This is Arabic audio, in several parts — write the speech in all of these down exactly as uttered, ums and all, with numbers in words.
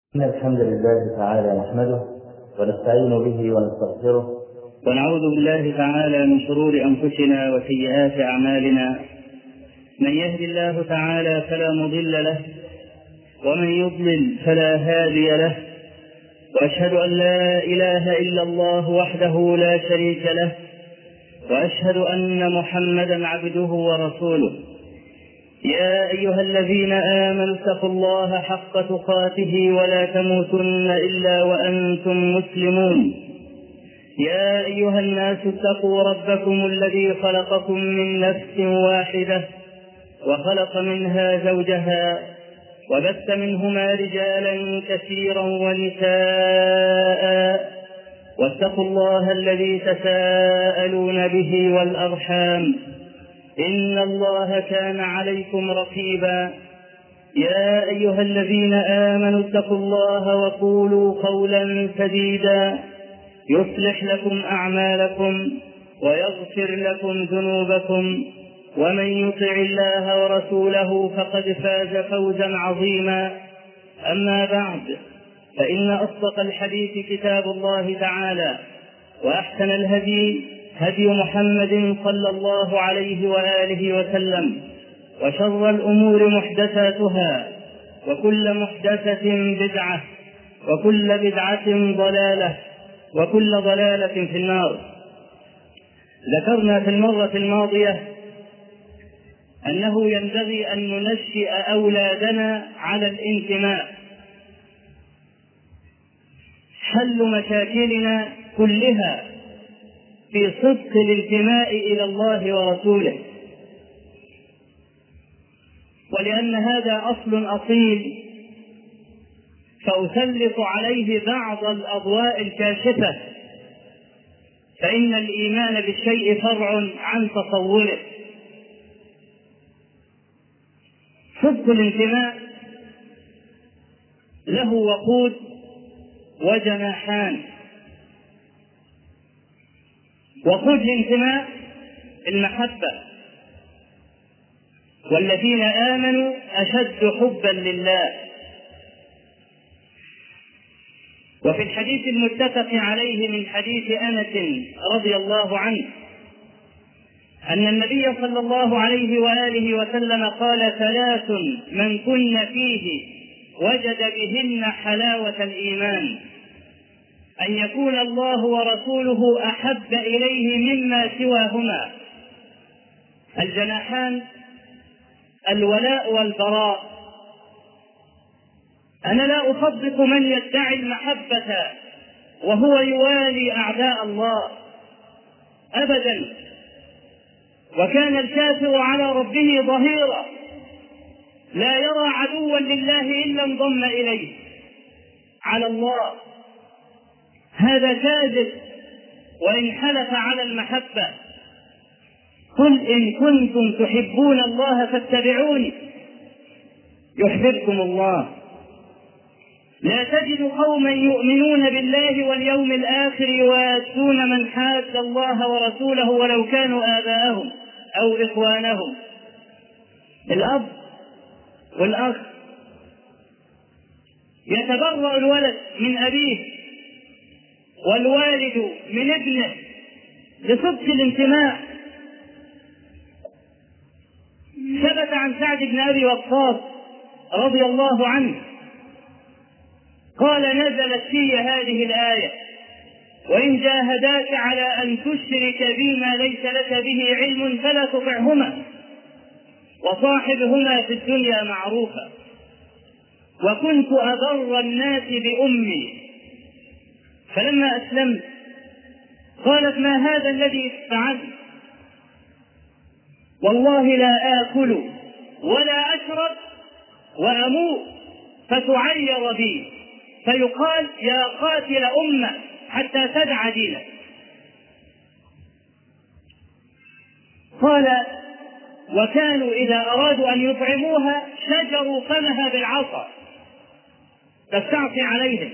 إن الحمد لله تعالى نحمده ونستعين به ونستغفره ونعوذ بالله تعالى من شرور أنفسنا وسيئات أعمالنا. من يهد الله تعالى فلا مضل له ومن يضلل فلا هادي له، وأشهد أن لا إله إلا الله وحده لا شريك له، وأشهد أن محمدا عبده ورسوله. يا أيها الذين آمنوا اتقوا الله حق تقاته ولا تموتن إلا وأنتم مسلمون. يا أيها الناس اتقوا ربكم الذي خلقكم من نفس واحدة وخلق منها زوجها وبث منهما رجالا كثيرا ونساء، واتقوا الله الذي تساءلون به والأرحام إن الله كان عليكم رقيبا. يا أيها الذين آمنوا اتقوا الله وقولوا قولا سديدا يصلح لكم أعمالكم ويغفر لكم ذنوبكم، ومن يطع الله ورسوله فقد فاز فوزا عظيما. أما بعد، فإن أصدق الحديث كتاب الله تعالى، وأحسن الهدي هدي محمد صلى الله عليه وآله وسلم، وشر الأمور محدثاتها، وكل محدثة بدعة، وكل بدعة ضلالة، وكل ضلالة في النار. ذكرنا في المرة الماضية أنه ينبغي أن ننشئ أولادنا على الانتماء. حل مشاكلنا كلها في صدق الانتماء إلى الله ورسوله، ولأن هذا أصل أصيل فأسلط عليه بعض الأضواء الكاشفة، فإن الإيمان بالشيء فرع عن تصوره. صدق الانتماء له وقود وجناحان. وقود الانتماء المحبة، والذين آمنوا أشد حبا لله. وفي الحديث المتفق عليه من حديث أنس رضي الله عنه أن النبي صلى الله عليه وآله وسلم قال: ثلاث من كن فيه وجد بهن حلاوة الإيمان: أن يكون الله ورسوله أحب إليه مما سواهما. الجناحان الولاء والبراء. أنا لا أصدق من يدعي المحبة وهو يوالي أعداء الله أبدا. وكان الكافر على ربه ظهيرا، لا يرى عدوا لله إلا انضم إليه على الله. هذا كاذب وإن حلف على المحبة. قل إن كنتم تحبون الله فاتبعوني يحببكم الله. لا تجد قوما يؤمنون بالله واليوم الآخر يوادون من حاد الله ورسوله ولو كانوا آباءهم أو إخوانهم. الأب والأخ يتبرأ الولد من أبيه والوالد من ابنه لصدق الانتماء. ثبت عن سعد بن أبي وقاص رضي الله عنه قال: نزلت في هذه الآية: وإن جاهداك على أن تشرك بي ما ليس لك به علم فلا تطعهما وصاحبهما في الدنيا معروفا. وكنت أبر الناس بأمي، فلما أسلمت قالت: ما هذا الذي فعلت؟ والله لا آكل ولا أشرب وأموت فتعير بي، فيقال: يا قاتل أمة حتى تدع دينك. قال: وكانوا إذا أرادوا أن يطعموها شجروا فمها بالعصا تستعصي عليهم.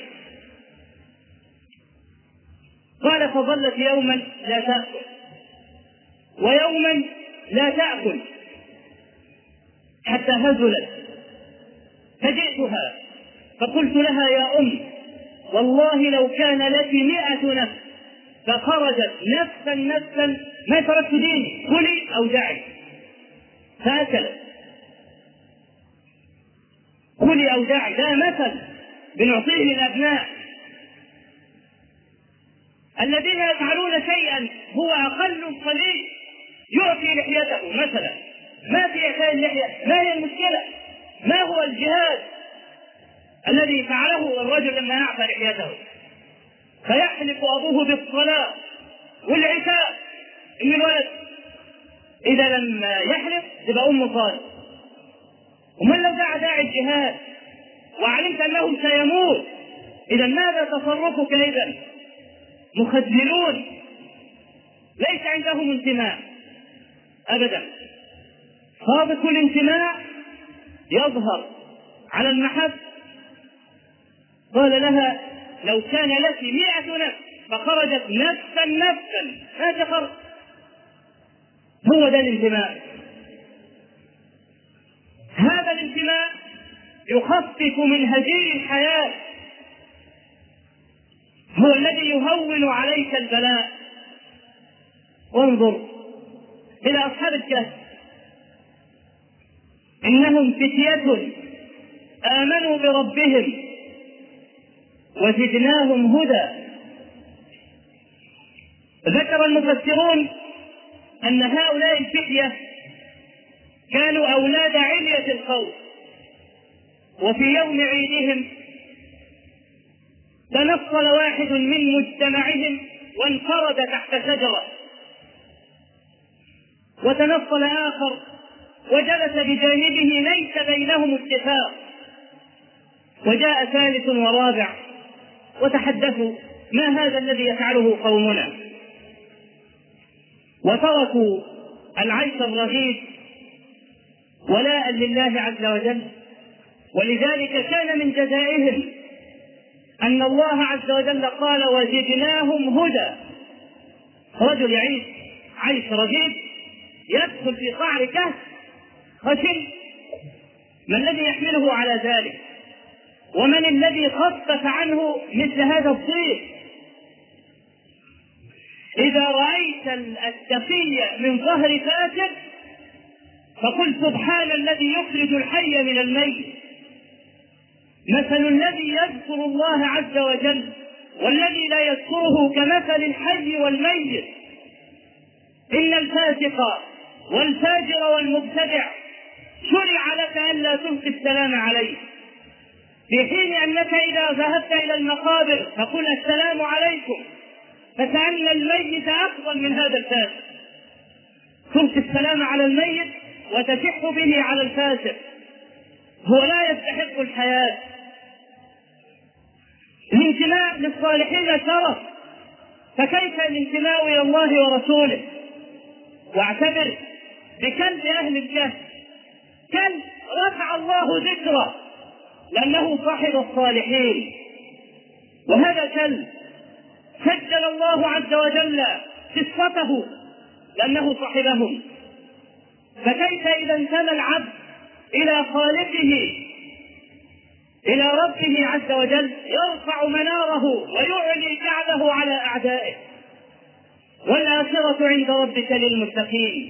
قال: فظلت يوما لا تأكل ويوما لا تأكل حتى هزلت، فجئتها فقلت لها يا أم والله لو كان لك مئة نفس فخرجت نفسا نفسا ما تركت ديني، كلي أو دعي. فأكلت. كلي أو دعي، ده مثل بنعطيه للأبناء الذين يفعلون شيئا هو أقل قليل، يعطي لحيته مثلا. ما في إعطاء اللحية، ما هي المشكلة؟ ما هو الجهاد الذي فعله الرجل لما أعطى لحيته؟ فيحلف أبوه بالصلاة والعشاء إن الولد إذا لم يحلف تبقى أمه صالح. ومن لو دعا داعي الجهاد وعلمت أنه سيموت، إذا ماذا تصرفك؟ إذا مخذلون ليس عندهم انتماء أبدا. صادق الانتماء يظهر على المحب. قال لها لو كان لك مئة نفس فخرجت نفسا نفسا ما تخرج. هو ده الانتماء. هذا الانتماء يخفف من هزيل الحياة، هو الذي يهون عليك البلاء. وانظر إلى أصحاب الكهف، إنهم فتية آمنوا بربهم وزدناهم هدى. ذكر المفسرون أن هؤلاء الفتية كانوا أولاد علية القوم، وفي يوم عيدهم تنقل واحد من مجتمعهم وانفرد تحت شجرة، وتنقل آخر وجلس بجانبه ليس بينهم اتفاق، وجاء ثالث ورابع وتحدثوا ما هذا الذي يفعله قومنا، وتركوا العيش الرغيد ولاء لله عز وجل. ولذلك كان من جزائهم أن الله عز وجل قال وزدناهم هدى. رجل يعيش عيش رغيد يدخل في قعر كهف خشن، ما الذي يحمله على ذلك؟ ومن الذي خفف عنه مثل هذا الضيق؟ إذا رأيت التقي من ظهر فاسد فقل سبحان الذي يخرج الحي من الميت. مثل الذي يذكر الله عز وجل والذي لا يذكره كمثل الحي والميت. إن الفاسق والفاجر والمبتدع شرع لك ألا تلقي السلام عليه، في حين أنك إذا ذهبت إلى المقابر فقل السلام عليكم، فكأن الميت أفضل من هذا الفاسق. تلقي السلام على الميت وتشح به على الفاسق، هو لا يستحق الحياة. الانتماء للصالحين شرف، فكيف الانتماء إلى الله ورسوله؟ واعتبر بكلب أهل الكهف، كلب رفع الله ذكره لأنه صاحب الصالحين، وهذا كلب سجل الله عز وجل قصته لأنه صاحبهم. فكيف إذا انتمى العبد إلى خالقه إلى ربه عز وجل يرفع مناره ويعلي كعبه على أعدائه. والآخرة عند ربك للمتقين.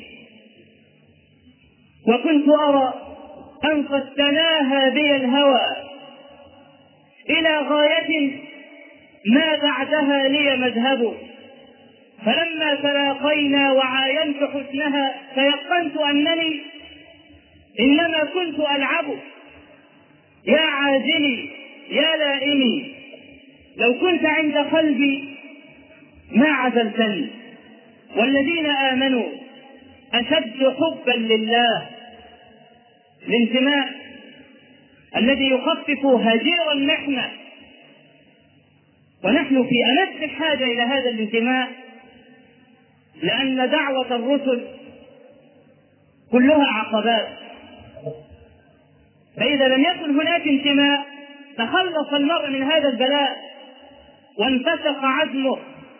وكنت أرى أن قد تناهى بي الهوى إلى غاية ما بعدها لي مذهب، فلما تلاقينا وعاينت حسنها تيقنت أنني إنما كنت ألعب. يا عازلي يا لائمي لو كنت عند قلبي ما عزلتني. والذين آمنوا أشد حبا لله. الانتماء الذي يخفف هجير المحنة، ونحن في أمس الحاجة إلى هذا الانتماء، لأن دعوة الرسل كلها عقبات. فإذا لم يكن هناك انتماء تخلص المرء من هذا البلاء وانفسخ عزمه.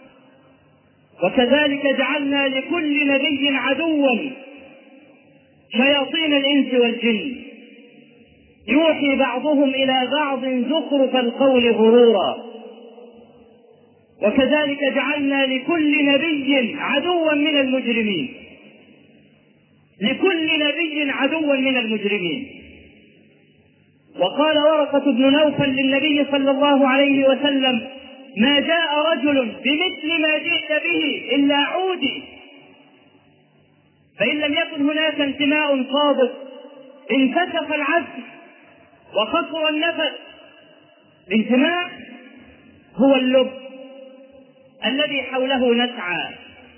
وكذلك جعلنا لكل نبي عدوا شياطين الإنس والجن يوحي بعضهم إلى بعض زخرف القول غرورا. وكذلك جعلنا لكل نبي عدوا من المجرمين، لكل نبي عدوا من المجرمين. وقال ورقة بن نوفل للنبي صلى الله عليه وسلم: ما جاء رجل بمثل ما جئت به إلا عودي، فإن لم يكن هناك انتماء صادق انكشف العزم وخسر النفس. الانتماء هو اللب الذي حوله نسعى.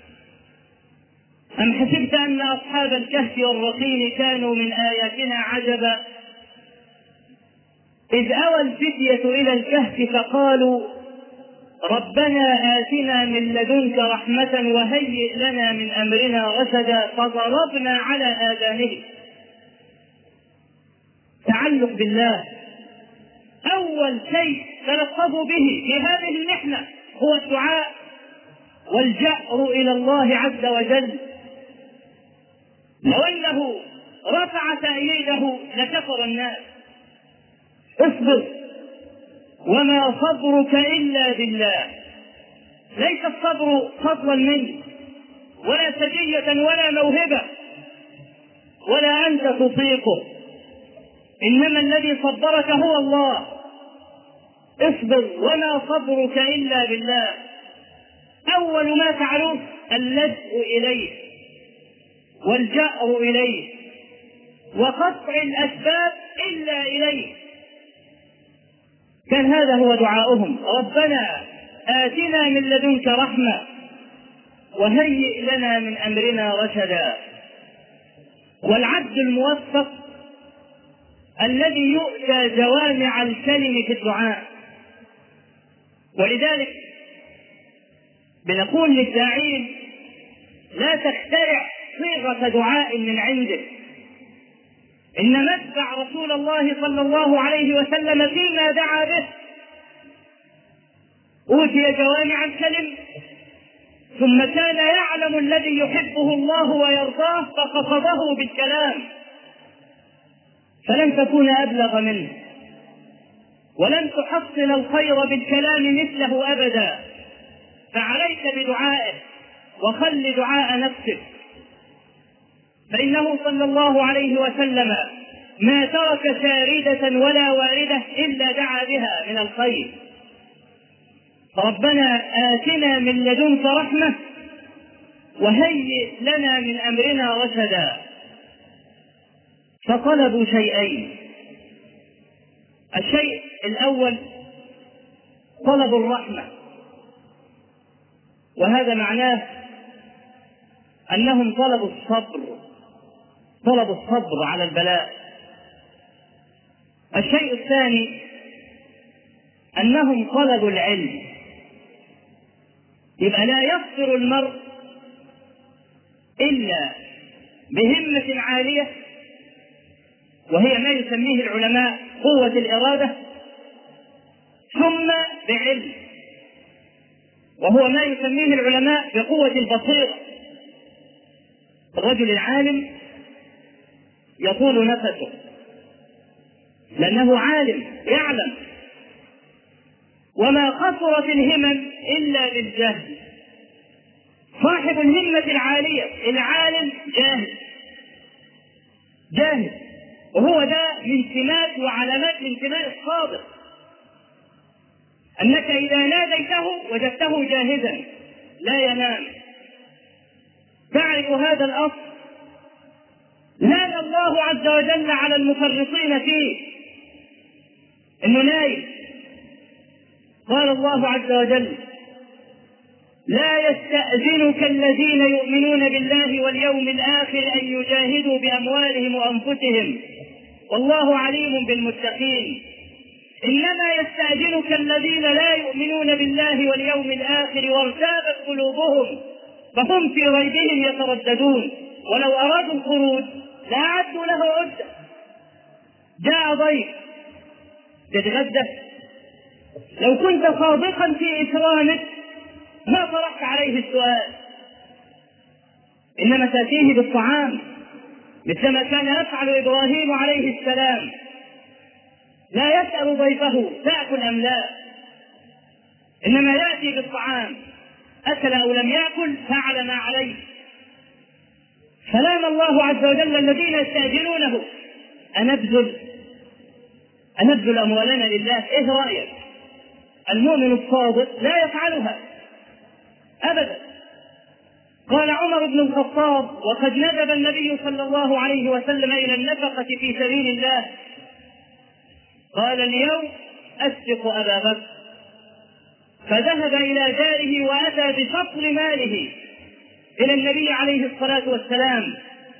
أم حسبت أن أصحاب الكهف والرقيم كانوا من آياتنا عجبا إذ أوى الفتية إلى الكهف فقالوا ربنا آتنا من لدنك رحمة وهيئ لنا من أمرنا رشدا فضربنا على آذانهم. تعلق بالله أول شيء تلفظوا به في هذه المحنة هو الدعاء والجأر إلى الله عز وجل. لو أنه رفع تأييده لكفر الناس. اصبر وما صبرك إلا بالله. ليس الصبر فضلا منك ولا سجية ولا موهبة ولا أنت تطيقه، إنما الذي صبرك هو الله. اصبر وما صبرك إلا بالله. أول ما تعرف اللجأ إليه والجأر إليه وقطع الأسباب إلا إليه. كان هذا هو دعاؤهم: ربنا آتنا من لدنك رحمة وهيئ لنا من أمرنا رشدا. والعبد الموفق الذي يؤتى جوامع الكلم في الدعاء. ولذلك بنقول للداعين: لا تخترع صيغة دعاء من عندك، إنما اتبع رسول الله صلى الله عليه وسلم فيما دعا به. أوتي جوامع الكلم ثم كان يعلم الذي يحبه الله ويرضاه فقصده بالكلام، فلن تكون أبلغ منه ولن تحصل الخير بالكلام مثله أبدا. فعليك بدعائه وخل دعاء نفسك، فإنه صلى الله عليه وسلم ما ترك شاردة ولا واردة إلا دعا بها من الخير. ربنا آتنا من لدنك رحمة وهيئ لنا من أمرنا رشدا. فطلبوا شيئين: الشيء الأول طلب الرحمة، وهذا معناه أنهم طلبوا الصبر، طلبوا الصبر على البلاء. الشيء الثاني أنهم طلبوا العلم. يبقى لا يصبر المرء إلا بهمة عالية، وهي ما يسميه العلماء قوة الإرادة، ثم بعلم، وهو ما يسميه العلماء بقوة البصيرة. الرجل العالم يطول نفسه لأنه عالم يعلم، وما قصرت الهمم إلا بالجهل. صاحب الهمة العالية العالم جاهل جاهل وهو ده من سمات وعلامات الانتماء الصادق، أنك إذا ناديته وجدته جاهزا لا ينام. تعرف هذا الأصل؟ لان الله عز وجل على المفرطين فيه إنه نايم. قال الله عز وجل: لا يستأذنك الذين يؤمنون بالله واليوم الآخر أن يجاهدوا بأموالهم وأنفسهم والله عليم بالمتقين. إنما يستأذنك الذين لا يؤمنون بالله واليوم الآخر وارتابت قلوبهم فهم في ريبهم يترددون ولو أرادوا الخروج لأعدوا له عدة. جاء ضيف تتغدى، لو كنت صادقا في إكرامك ما طرحت عليه السؤال، إنما تأتيه بالطعام مثلما كان يفعل إبراهيم عليه السلام. لا يسأل ضيفه تأكل أم لا، إنما يأتي بالطعام، أكل أو لم يأكل فعل ما عليه. فلام الله عز وجل الذين يستأجلونه: أنبذل أنبذل أموالنا لله؟ إيه رأيك؟ المؤمن الصادق لا يفعلها أبدا. قال عمر بن الخطاب وقد ندب النبي صلى الله عليه وسلم إلى النفقة في سبيل الله، قال: اليوم أسبق أبا بكر. فذهب إلى داره وأتى بشطر ماله إلى النبي عليه الصلاة والسلام.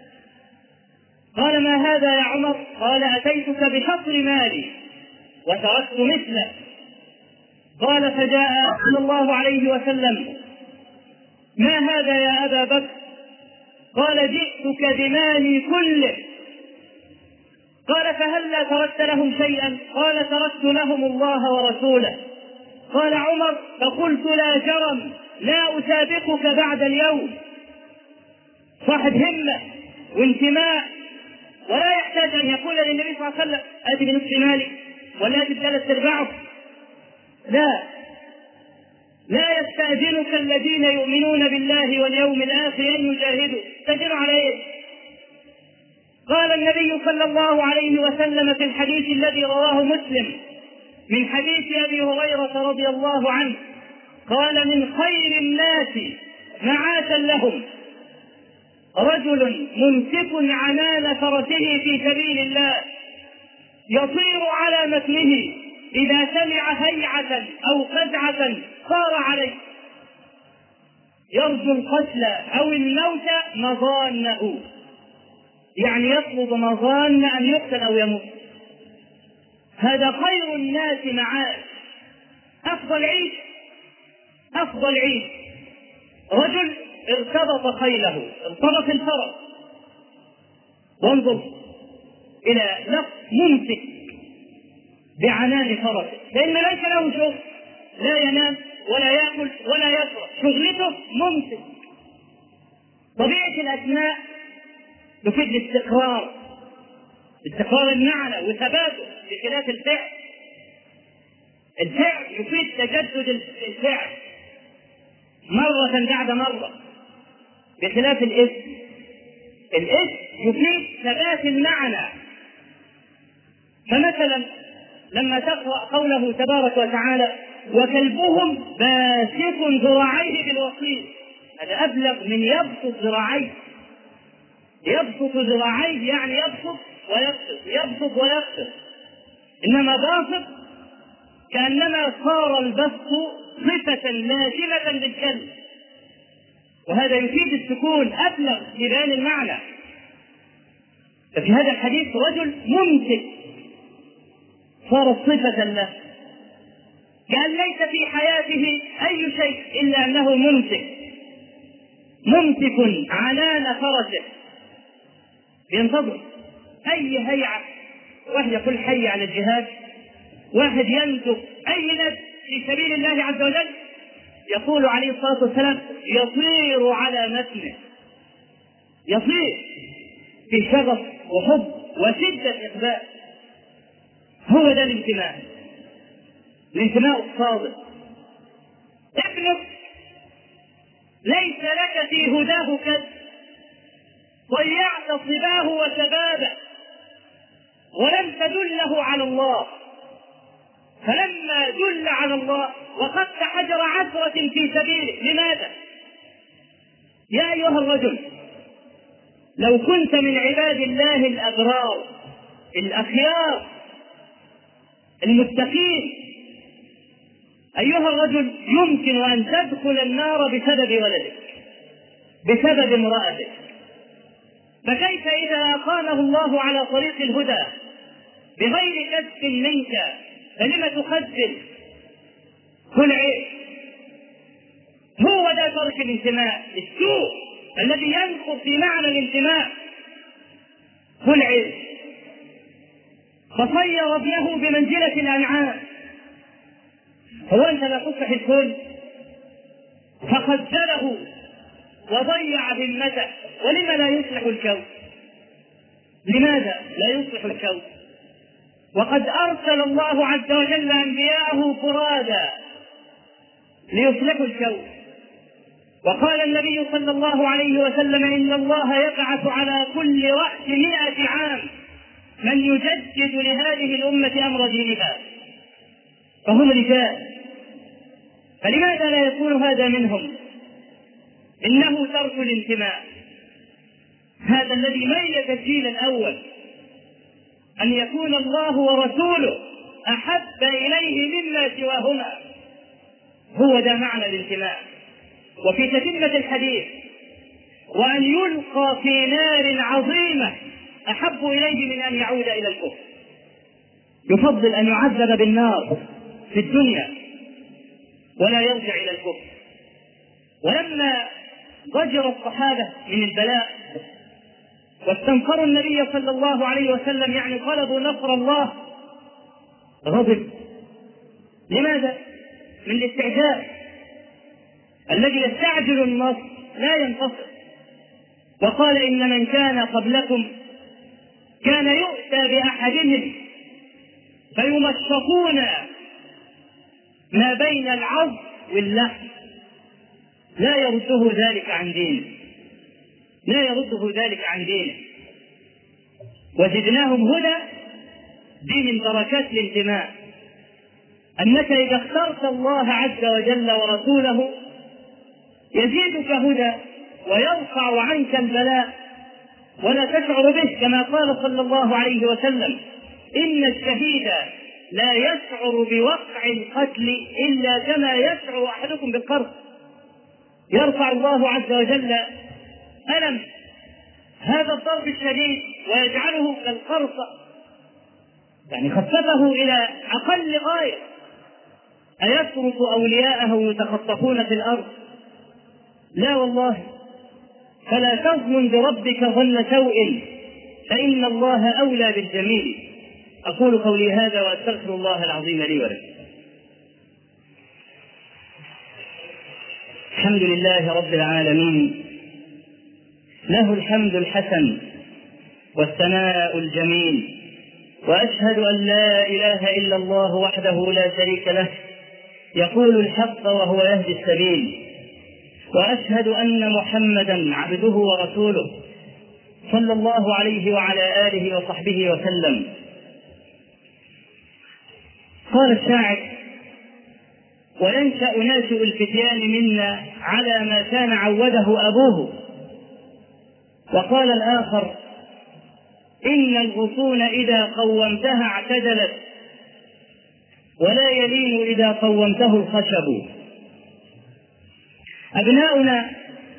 قال: ما هذا يا عمر؟ قال: أتيتك بشطر مالي وتركت مثله. قال: فجاء صلى الله عليه وسلم: ما هذا يا أبا بكر؟ قال: جئتك بمالي كله. قال: فهلا تركت لهم شيئا؟ قال: تركت لهم الله ورسوله. قال عمر: فقلت: لا جرم، لا أسابقك بعد اليوم. صاحب همة وانتماء، ولا يحتاج أن يقول للنبي صلى الله عليه وسلم: آتي بنصف مالي ولا آتي بثلاث أرباعه. لا لا يستأذنك الذين يؤمنون بالله واليوم الآخر أن يجاهدوا. تجر على إيه؟ قال النبي صلى الله عليه وسلم في الحديث الذي رواه مسلم من حديث أبي هريرة رضي الله عنه، قال: من خير الناس معاشا لهم رجل ممسك عنان فرسه في سبيل الله يطير على متنه، إذا سمع هيعة أو فزعة صار عليه، يرجو القتل أو الموت مظانه، يعني يطلب مظان أن يقتل أو يموت. هذا خير الناس معاش، أفضل عيش أفضل عيش رجل ارتبط خيله، ارتبط الفرس. وانظر إلى لفظ ممسك بعنان فرسه، لأن ليس له شغل، لا ينام ولا يأكل ولا يشرب، شغلته ممسك. طبيعة الأسماء تفيد الاستقرار، استقرار المعنى وثباته، بخلاف الفعل. الفعل يفيد تجدد الفعل مرة بعد مرة، بخلاف الاسم. الاسم يفيد ثبات المعنى. فمثلا لما تقرأ قوله تبارك وتعالى: وكلبهم باسط ذراعيه بالوصيد، هذا أبلغ من يبسط ذراعيه. يبسط ذراعيه يعني يبسط ويبسط، يبسط ويبسط. إنما باسط كأنما صار البسط صفة لازمة للكلب، وهذا يفيد السكون أبلغ لبيان المعنى. ففي هذا الحديث رجل ممسك صارت صفة له، كأن ليس في حياته أي شيء إلا أنه ممسك، ممسك عنان فرسه، ينتظر أي هيعة. واحد يقول حي على الجهاد، واحد يندب أي ند في سبيل الله عز وجل، يقول عليه الصلاة والسلام: يطير على متنه، يطير في شغف وحب وشدة إقبال. هو ده الانتماء، الانتماء الصادق. ابنك ليس لك في هداه كذب، ضيعت صباه وشبابه ولم تدله على الله، فلما دل على الله وقدت حجر عثرة في سبيله. لماذا؟ يا أيها الرجل، لو كنت من عباد الله الأبرار الأخيار المتقين، أيها الرجل، يمكن أن تدخل النار بسبب ولدك، بسبب امرأتك. فكيف إذا أقامه الله على طريق الهدى بغير كسب منك، فلم تخذل؟ كل عيش. هو ده ترك الانتماء، السوء الذي ينقض في معنى الانتماء. كل عيش. فصير ابنه بمنزلة الأنعام. هو أنت لا تصلح الكل؟ فخذله وضيع همته. ولما لا يصلح الكون؟ لماذا لا يصلح الكون؟ وقد أرسل الله عز وجل أنبياءه فرادا ليصلحوا الكون. وقال النبي صلى الله عليه وسلم إن الله يبعث على كل رأس مئة عام من يجدد لهذه الأمة أمر دينها، فهم رجال. فلماذا لا يكون هذا منهم؟ إنه ترك الانتماء، هذا الذي ميز الجيل الأول، أن يكون الله ورسوله أحب إليه مما سواهما، هو ده معنى الانتماء. وفي تتمة الحديث وأن يلقى في نار عظيمة أحب إليه من أن يعود إلى الكفر، يفضل أن يعذب بالنار في الدنيا ولا يرجع إلى الكفر. ولما ضجر الصحابة من البلاء واستنكروا النبي صلى الله عليه وسلم، يعني طلبوا نصر الله، غضب. لماذا؟ من الاستعجال، الذي يستعجل النصر لا ينتصر. وقال إن من كان قبلكم كان يؤتى بأحدهم فيمشطون ما بين العظم واللحم، لا يرده ذلك عن دينه، لا يرده ذلك عن دينه. وزدناهم هدى، دي من بركات الانتماء، أنك إذا اخترت الله عز وجل ورسوله يزيدك هدى ويرفع عنك البلاء ولا تشعر به، كما قال صلى الله عليه وسلم إن الشهيد لا يشعر بوقع القتل إلا كما يشعر أحدكم بالقرص. يرفع الله عز وجل ألم هذا الضرب الشديد ويجعله كالقرص، يعني خففه إلى أقل غاية. أيترك أولياءه يتخطفون في الأرض؟ لا والله. فلا تظن بربك ظن سوء فإن الله أولى بالجميل. أقول قولي هذا وأستغفر الله العظيم لي ولكم. الحمد لله رب العالمين، له الحمد الحسن والثناء الجميل، وأشهد أن لا إله إلا الله وحده لا شريك له يقول الحق وهو يهدي السبيل، وأشهد أن محمدا عبده ورسوله صلى الله عليه وعلى آله وصحبه وسلم. قال الشاعر: وينشأ ناشئ الفتيان منا على ما كان عوده أبوه. وقال الآخر: إن الغصون إذا قومتها اعتدلت ولا يلين إذا قومته الخشب. أبناؤنا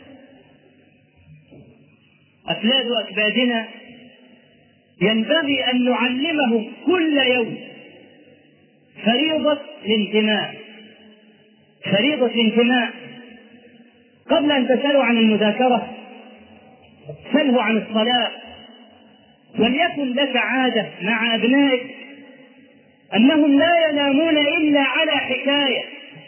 أفلاد أكبادنا ينبغي أن نعلمهم كل يوم فريضة الانتماء، فريضة الانتماء. قبل أن تسألوا عن المذاكرة سله عن الصلاة، وليكن لك عادة مع أبنائك أنهم لا ينامون إلا على حكاية،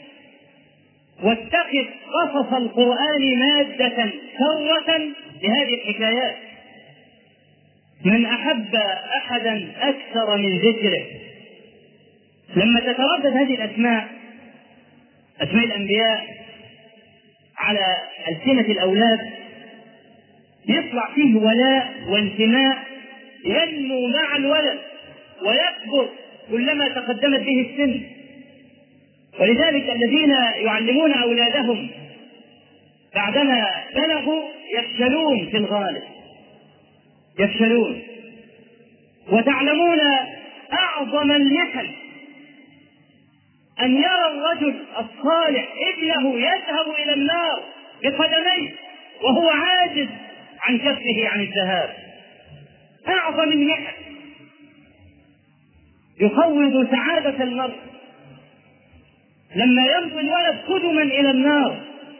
واتخذ قصص القرآن مادة سرة لهذه الحكايات. من أحب أحدا أكثر من ذكره. لما تتردد هذه الأسماء، أسماء الأنبياء، على ألسنة الأولاد يطلع فيه ولاء وانتماء ينمو مع الولد ويكبر كلما تقدمت به السن. ولذلك الذين يعلمون أولادهم بعدما بلغوا يفشلون في الغالب، يفشلون. وتعلمون أعظم المحن أن يرى الرجل الصالح ابنه يذهب إلى النار بقدميه وهو عاجز عن كفه عن الذهاب. أعظم المحن يخوض سعادة المرء لما يمضي الولد قدما إلى النار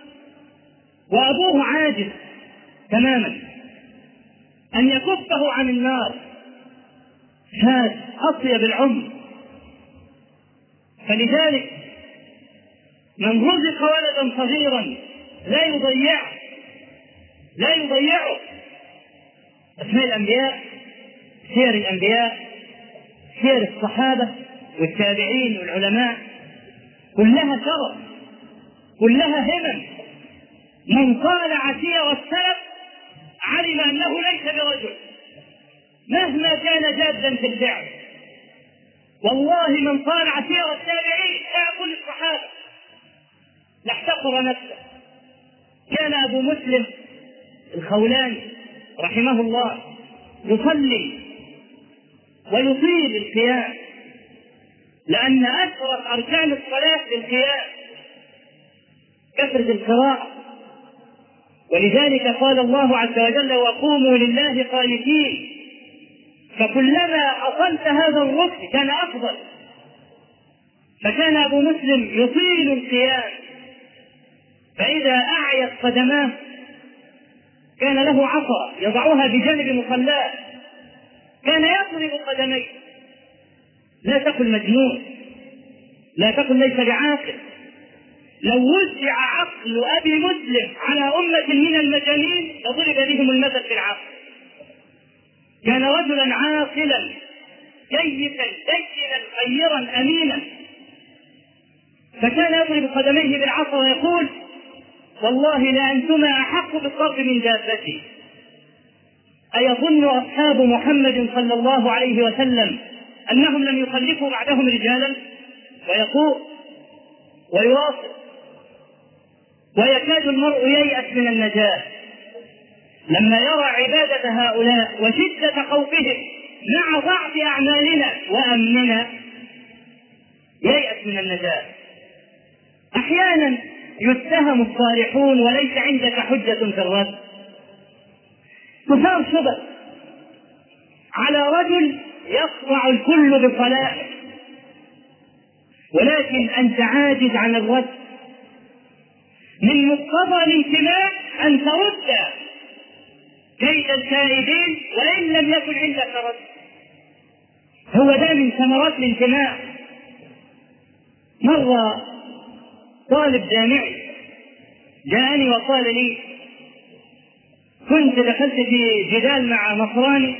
وأبوه عاجز تماما أن يكفه عن النار. هذا أطيب العمر. فلذلك من رزق ولدا صغيرا لا يضيعه، لا يضيعه. أسماء الأنبياء، سير الأنبياء سير الصحابة والتابعين والعلماء كلها شرف، كلها همم. من طالع سير السلف علم أنه ليس برجل مهما كان جادا في الفعل. والله من طالع سير التابعين كل الصحابة لاحتقر نفسه. كان أبو مسلم الخولاني رحمه الله يصلي ويطيل القيام، لأن أشرف أركان الصلاة بالقيام كثرة القراءة. ولذلك قال الله عز وجل: وقوموا لله قانتين. فكلما أطلت هذا الركن كان أفضل. فكان أبو مسلم يطيل القيام، فإذا أعيت قدماه كان له عصا يضعها بجانب مصلاه، كان يضرب قدميه. لا تقل مجنون، لا تقل ليس بعاقل. لو وزع عقل أبي مسلم على أمة من المجانين لضرب بهم المثل في العقل. كان رجلا عاقلا كيسا دينا خيرا أمينا، فكان يضرب قدميه بالعصا ويقول: والله لأنتما أحق بالضرب من دابتي. أيظن أصحاب محمد صلى الله عليه وسلم أنهم لم يخلفوا بعدهم رجالا؟ ويقول ويواصل: ويكاد المرء ييأس من النجاة لما يرى عبادة هؤلاء وشدة خوفهم مع ضعف أعمالنا وأمننا. ييأس من النجاة. أحيانا يتهم الصالحون وليس عندك حجة في الرد. تثار شبه على رجل يخضع الكل بصلاحه، ولكن أنت عاجز عن الرد. من مقتضى الانتماء أن ترد كيد الكائدين وإن لم يكن عندك رد. هو ده من ثمرات الانتماء. مرة طالب جامعي جاءني وقال لي: كنت دخلت في جدال مع نصراني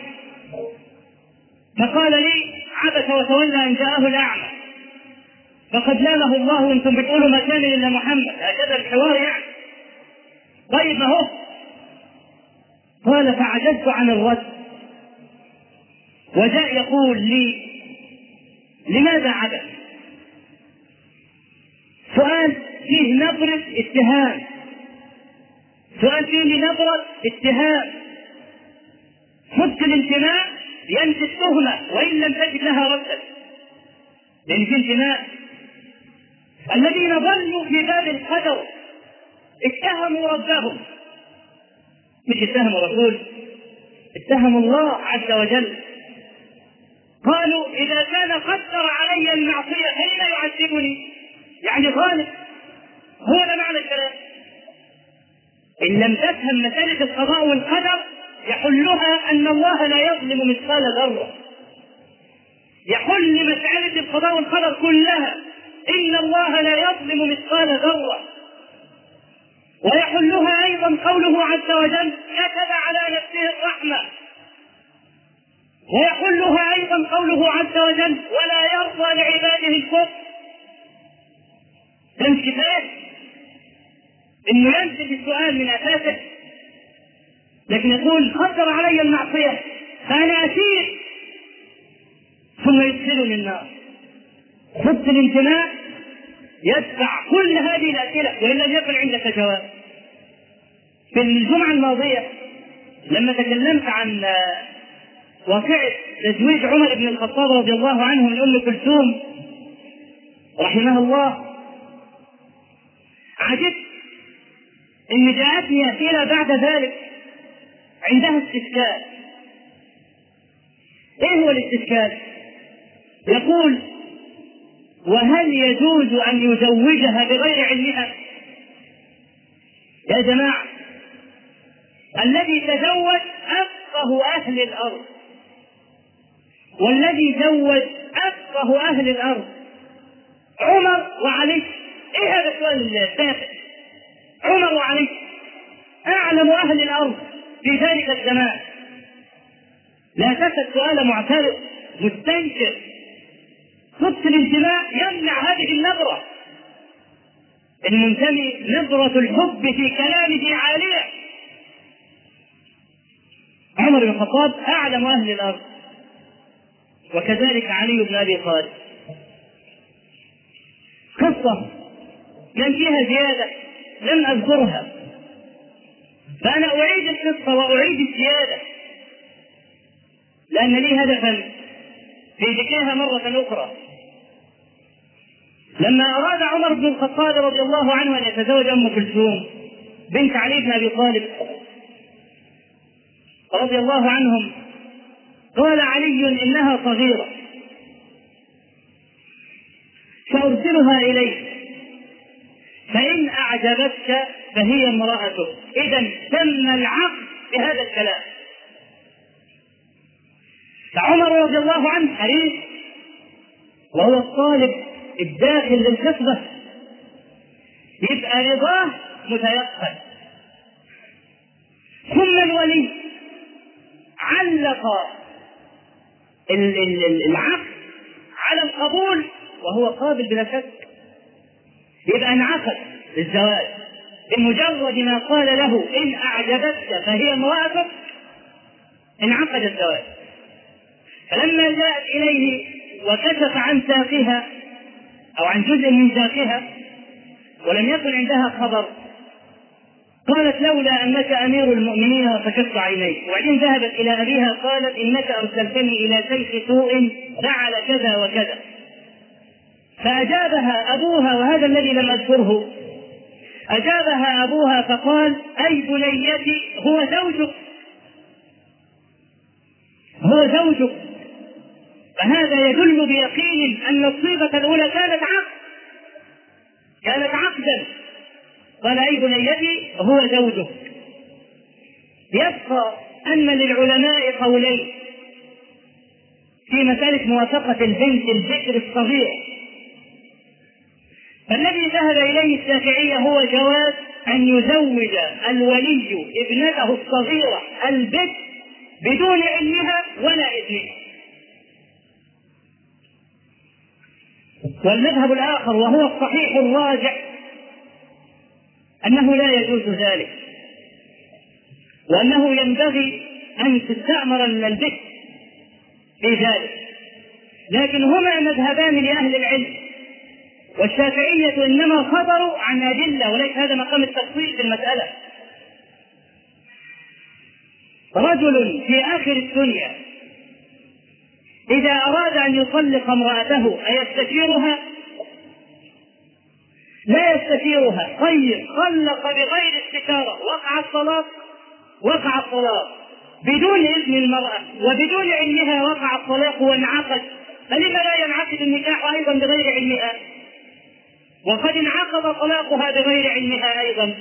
فقال لي: عبس وتولى أن جاءه الأعمى فقد لامه الله وانتم بتقولوا ما كان إلا محمد. هكذا الحوار يعني. طيب ما هو. قال: فعجزت عن الرد. وجاء يقول لي: لماذا عبس؟ سؤال فيه نبرة اتهام، سؤال فيه نبرة اتهام. حد الانتماء ينفي التهمة وإن لم تجد لها ردا، لأن في انتماء. الذين ضلوا في باب القدر اتهموا ربهم، مش اتهموا رسول، اتهموا الله عز وجل. قالوا: إذا كان قدر علي المعصية فلما يعذبني؟ يعني ظالم. هو ده معنى الكلام. إن لم تفهم مسألة القضاء والقدر يحلها أن الله لا يظلم مثقال ذرة. يحل مسألة القضاء والقدر كلها إن الله لا يظلم مثقال ذرة. ويحلها أيضا قوله عز وجل: كتب على نفسه الرحمة. ويحلها أيضا قوله عز وجل: ولا يرضى لعباده الكفر. لم كفاية إنه ينزل السؤال من أساسه، لكن يقول: قدر علي المعصية فأنا أسير ثم يدخلني النار. حب الانتماء يدفع كل هذه الأسئلة وإن لم يكن عندك جواب. في الجمعة الماضية لما تكلمت عن واقعة تزويج عمر بن الخطاب رضي الله عنه من أم كلثوم رحمه الله، عجبت إن جاءتني أسئلة بعد ذلك عندها استشكال. إيه هو الاستشكال؟ يقول: وهل يجوز أن يزوجها بغير علمها؟ يا جماعة، الذي تزوج أفقه أهل الأرض، والذي زوج أفقه أهل الأرض عمر وعلي. إيه هذا السؤال التافه؟ عمر وعلي أعلم أهل الأرض في ذلك الزمان. لا تنسى السؤال معترض: مستنكر صدق الانتماء يمنع هذه النبرة. المنتمي نبرة الحب في كلامه عالية. عمر بن الخطاب أعلم أهل الأرض، وكذلك علي بن أبي طالب. قصة كان فيها زيادة لم أذكرها، فأنا أعيد القصة وأعيد الزيادة لأن لي هدفا في ذكرها مرة أخرى. لما أراد عمر بن الخطاب رضي الله عنه أن يتزوج أم كلثوم بنت علي بن أبي طالب رضي الله عنهم، قال علي إنها صغيرة سأرسلها إليك، فإن أعجبتك فهي امرأتك. إذن تم العقد بهذا الكلام. فعمر رضي الله عنه حريص وهو الطالب الداخل للخطبة، يبقى رضاه متيقن. ثم الولي علق العقد على القبول وهو قابل بلا شك، يبقى انعقد الزواج بمجرد ما قال له إن أعجبتك فهي امرأتك، انعقد الزواج. فلما جاءت إليه وكشف عن ساقها أو عن جزء من ساقها ولم يكن عندها خبر، قالت لولا أنك أمير المؤمنين فكشفت عينيك. وبعدين ذهبت إلى أبيها قالت إنك أرسلتني إلى شيخ سوء فعل كذا وكذا. فأجابها أبوها، وهذا الذي لم أذكره، أجابها أبوها فقال أي بنيتي هو زوجك، هو زوجك. فهذا يدل بيقين أن الصيغة الأولى كانت عقد، كانت عقدا. قال أي بنيتي هو زوجك. يبقى أن للعلماء قولين في مسألة موافقة البنت الذكر الصغير. فالذي ذهب إليه الشافعية هو جواز أن يزوج الولي ابنته الصغيرة البكر بدون علمها ولا إذنها. والمذهب الآخر وهو الصحيح الراجع أنه لا يجوز ذلك، وأنه ينبغي أن تستعمر البكر في ذلك. لكن هما مذهبان لأهل العلم، والشافعية إنما خبروا عن أدلة وليس هذا مقام التفصيل في المسألة. رجل في آخر الدنيا إذا أراد أن يطلق امرأته أيستشيرها؟ لا يستشيرها. طيب طلق بغير استشارة، وقع الطلاق، وقع الطلاق بدون إذن المرأة وبدون علمها، وقع الطلاق وانعقد. فلما لا ينعقد النكاح أيضا بغير علمها وقد انعقد طلاقها بغير علمها أيضا؟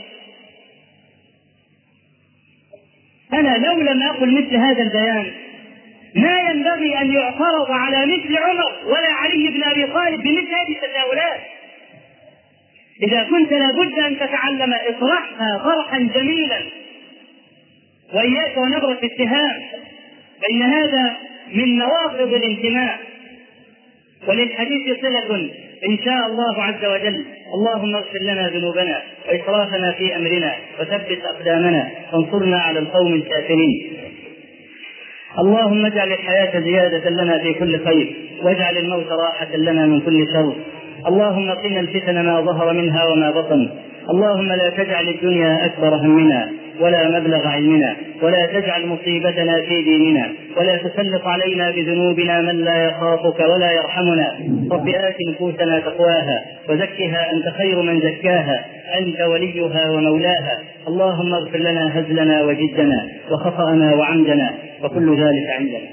أنا لو لم أقل مثل هذا البيان ما ينبغي أن يعترض على مثل عمر ولا علي بن أبي طالب بمثل هذه التساؤلات. إذا كنت لابد أن تتعلم اطرحها طرحا جميلا وإياك ونبرة اتهام، فإن هذا من نواقض الانتماء. وللحديث صلة إن شاء الله عز وجل. اللهم اغفر لنا ذنوبنا وإسرافنا في أمرنا وثبت أقدامنا وانصرنا على القوم الكافرين. اللهم اجعل الحياة زيادة لنا في كل خير، واجعل الموت راحة لنا من كل شر. اللهم قنا الفتن ما ظهر منها وما بطن. اللهم لا تجعل الدنيا أكبر همنا ولا مبلغ علمنا، ولا تجعل مصيبتنا في ديننا، ولا تسلط علينا بذنوبنا من لا يخافك ولا يرحمنا. رب آت نفوسنا تقواها وزكها أنت خير من زكاها، أنت وليها ومولاها. اللهم اغفر لنا هزلنا وجدنا وخطأنا وعمدنا وكل ذلك عندنا.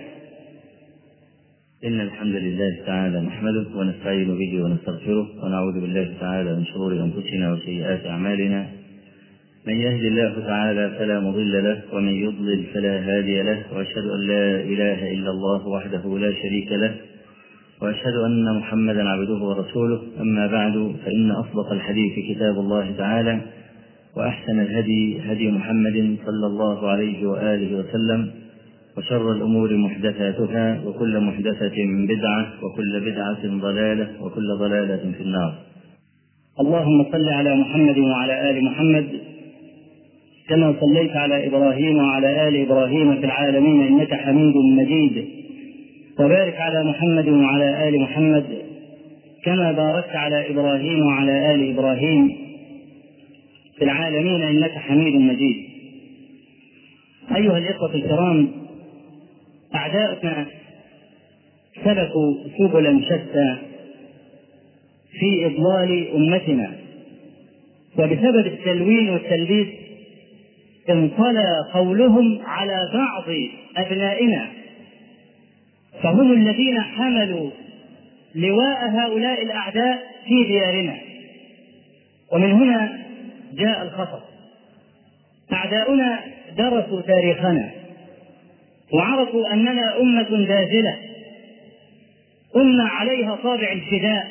إن الحمد لله تعالى نحمده ونستعين به ونستغفره ونعوذ بالله تعالى من شرور أنفسنا وسيئات أعمالنا. من يهد الله تعالى فلا مضل له ومن يضلل فلا هادي له، وأشهد أن لا إله إلا الله وحده لا شريك له، وأشهد أن محمدا عبده ورسوله. أما بعد، فإن أصدق الحديث كتاب الله تعالى، وأحسن الهدي هدي محمد صلى الله عليه وآله وسلم، وشر الأمور محدثاتها وكل محدثة بدعة وكل بدعة ضلالة وكل ضلالة في النار. اللهم صل على محمد وعلى آل محمد كما صليت على إبراهيم وعلى آل إبراهيم في العالمين إنك حميد مجيد، وبارك على محمد وعلى آل محمد كما باركت على إبراهيم وعلى آل إبراهيم في العالمين إنك حميد مجيد. أيها الإخوة الكرام، أعداؤنا سلكوا سبلا شتى في إضلال أمتنا، وبسبب التلوين والتلبيس انطلى قولهم على بعض أبنائنا، فهم الذين حملوا لواء هؤلاء الأعداء في ديارنا. ومن هنا جاء الخطر. أعداؤنا درسوا تاريخنا وعرفوا أننا أمة داجلة، أمة عليها طابع الفداء،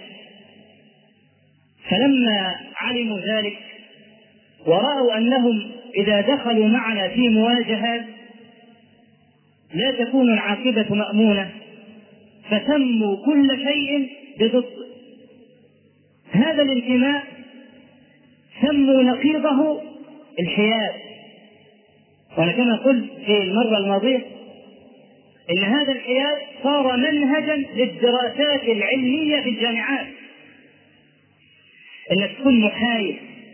فلما علموا ذلك ورأوا أنهم إذا دخلوا معنا في مواجهات لا تكون العاقبة مأمونة، فسموا كل شيء بضد هذا الانتماء، سموا نقيضه الحياد. وأنا كما قلت في المرة الماضية إن هذا الحياد صار منهجا للدراسات العلمية في الجامعات، إنك تكون محايد.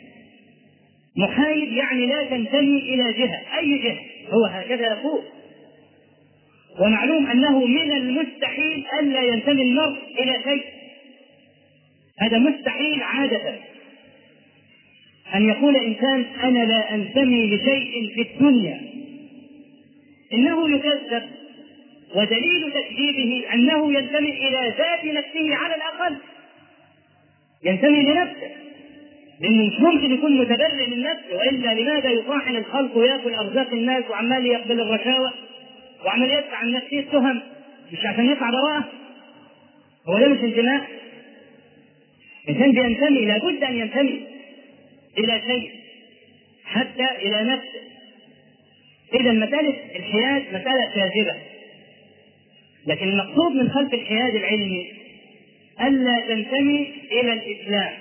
محايد يعني لا تنتمي إلى جهة، أي جهة، هو هكذا يقول. ومعلوم أنه من المستحيل ألا ينتمي المرء إلى شيء، هذا مستحيل عادة أن يقول إنسان أنا لا أنتمي لشيء في الدنيا. إنه يكذب، ودليل تكذيبه أنه ينتمي إلى ذات نفسه، على الأقل ينتمي لنفسه، لأنه مش ممكن يكون متبرئ من نفسه، وإلا لماذا يطاحن الخلق ويأكل أرزاق الناس وعمال يقبل الرشاوى وعمال يدفع عن نفسه التهم مش عشان يطلع براءة؟ هو ده مش انتماء؟ الإنسان بينتمي، لابد أن ينتمي إلى شيء، حتى إلى نفسه. إذا مسألة الحياد مسألة كاذبة، لكن المقصود من خلف الحياد العلمي ألا تنتمي إلى الإسلام.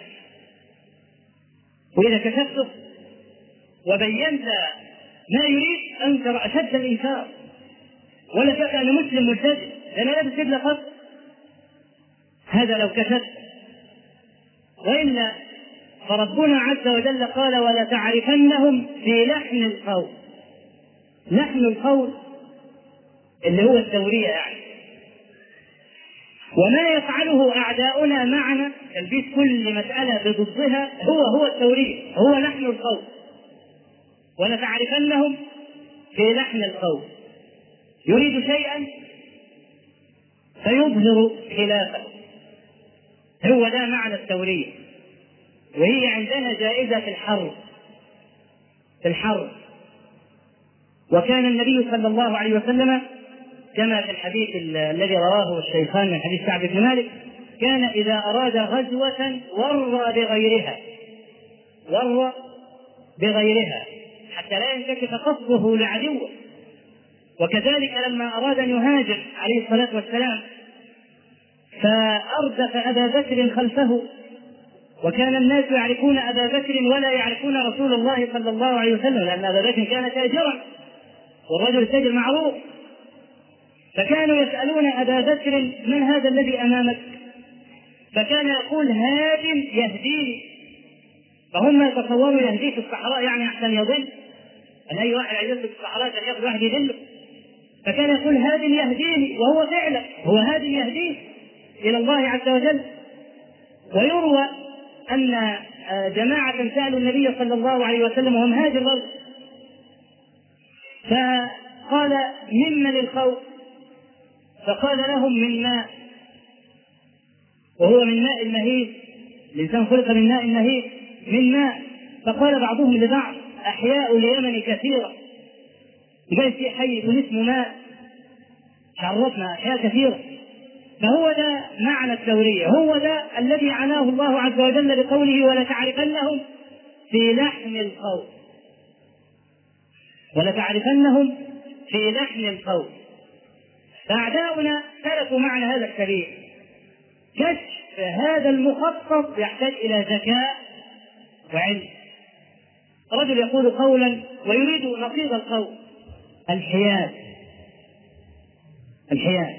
وإذا كشفته وبينت ما يريد أنكر أشد الإنكار، ولا شك أنا مسلم ملتزم، أنا لابس قبلة خط، هذا لو كشفت. وإلا فربنا عز وجل قال ولا تعرفنهم في لحن القول. لحن القول اللي هو التورية يعني. وما يفعله أعداؤنا معنا تلبيس كل مسألة بضدها هو هو التورية، هو لحن القول. ولا تعرفنهم في لحن القول، يريد شيئا فيظهر خلافه، هو ده معنى التورية. وهي عندنا جائزة في الحرب في الحرب وكان النبي صلى الله عليه وسلم كما في الحديث الذي رواه الشيخان من حديث كعب بن مالك، كان إذا أراد غزوة ورى بغيرها ورى بغيرها حتى لا ينكشف قصده لعدوه. وكذلك لما أراد أن يهاجر عليه الصلاة والسلام فأردف أبا بكر خلفه، وكان الناس يعرفون أبا بكر ولا يعرفون رسول الله صلى الله عليه وسلم، لأن أبا بكر كان تاجرا والرجل تاجر معروف، فكانوا يسألون أبا بكر من هذا الذي أمامك؟ فكان يقول هاد يهديني، فهم يتصوروا يهديه في الصحراء يعني أحسن يضل، أن أي واحد يضل في الصحراء كان يأخذ واحد يضله، فكان يقول هاد يهديني، وهو فعلا هو هاد يهديه إلى الله عز وجل. ويروى أن جماعة سألوا النبي صلى الله عليه وسلم وهم هاد الرجل، فقال ممن الخوف؟ فقال لهم من ماء، وهو من ماء المهيد، الإنسان خلق من ماء المهيد، من ماء. فقال بعضهم لبعض أحياء اليمن كثيرة، يبقى في حي اسمه ماء، عرفنا أحياء كثيرة. فهو ده معنى التورية، هو ده الذي عناه الله عز وجل بقوله ولتعرفنهم في لحن القول، ولتعرفنهم في لحن القول. فأعداؤنا سلكوا معنا هذا السبيل. كشف هذا المخطط يحتاج إلى ذكاء وعلم. رجل يقول قولا ويريد نقيض القول، الحياد. الحياد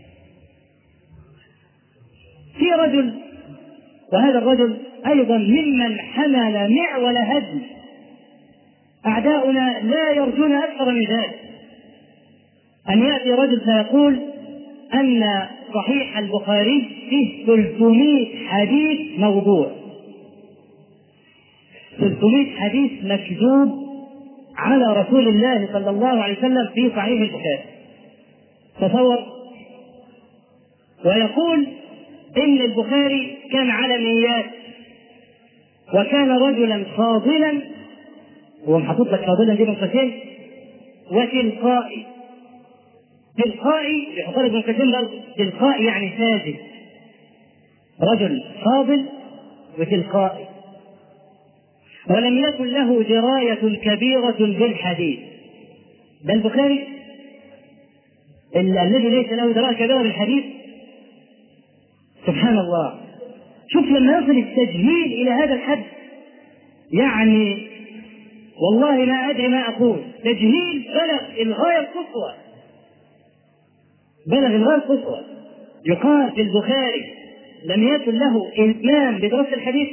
في رجل، وهذا الرجل أيضا ممن حمل معول هدم أعداؤنا لا يرجون أكثر من ذلك، أن يأتي رجل فيقول أن صحيح البخاري فيه ثلاثمائة حديث موضوع، ثلاثمائة حديث مكذوب على رسول الله صلى الله عليه وسلم في صحيح البخاري. تصور. ويقول إن البخاري كان على نيات، وكان رجلا فاضلا، هو محطوط لك فاضلا دي منقسم، وتلقائي. تلقائي يحط لك منقسم برضه، تلقائي يعني ساذج، رجل فاضل وتلقائي، ولم يكن له دراية كبيرة بالحديث. ده البخاري الذي ليس له دراية كبيرة بالحديث. سبحان الله. شوف لما يصل التجهيل إلى هذا الحد، يعني والله ما أدري ما أقول، تجهيل بلغ الغاية القصوى، بلغ الغاية القصوى. يقال في البخاري لم يكن له إلمام بدراسة الحديث.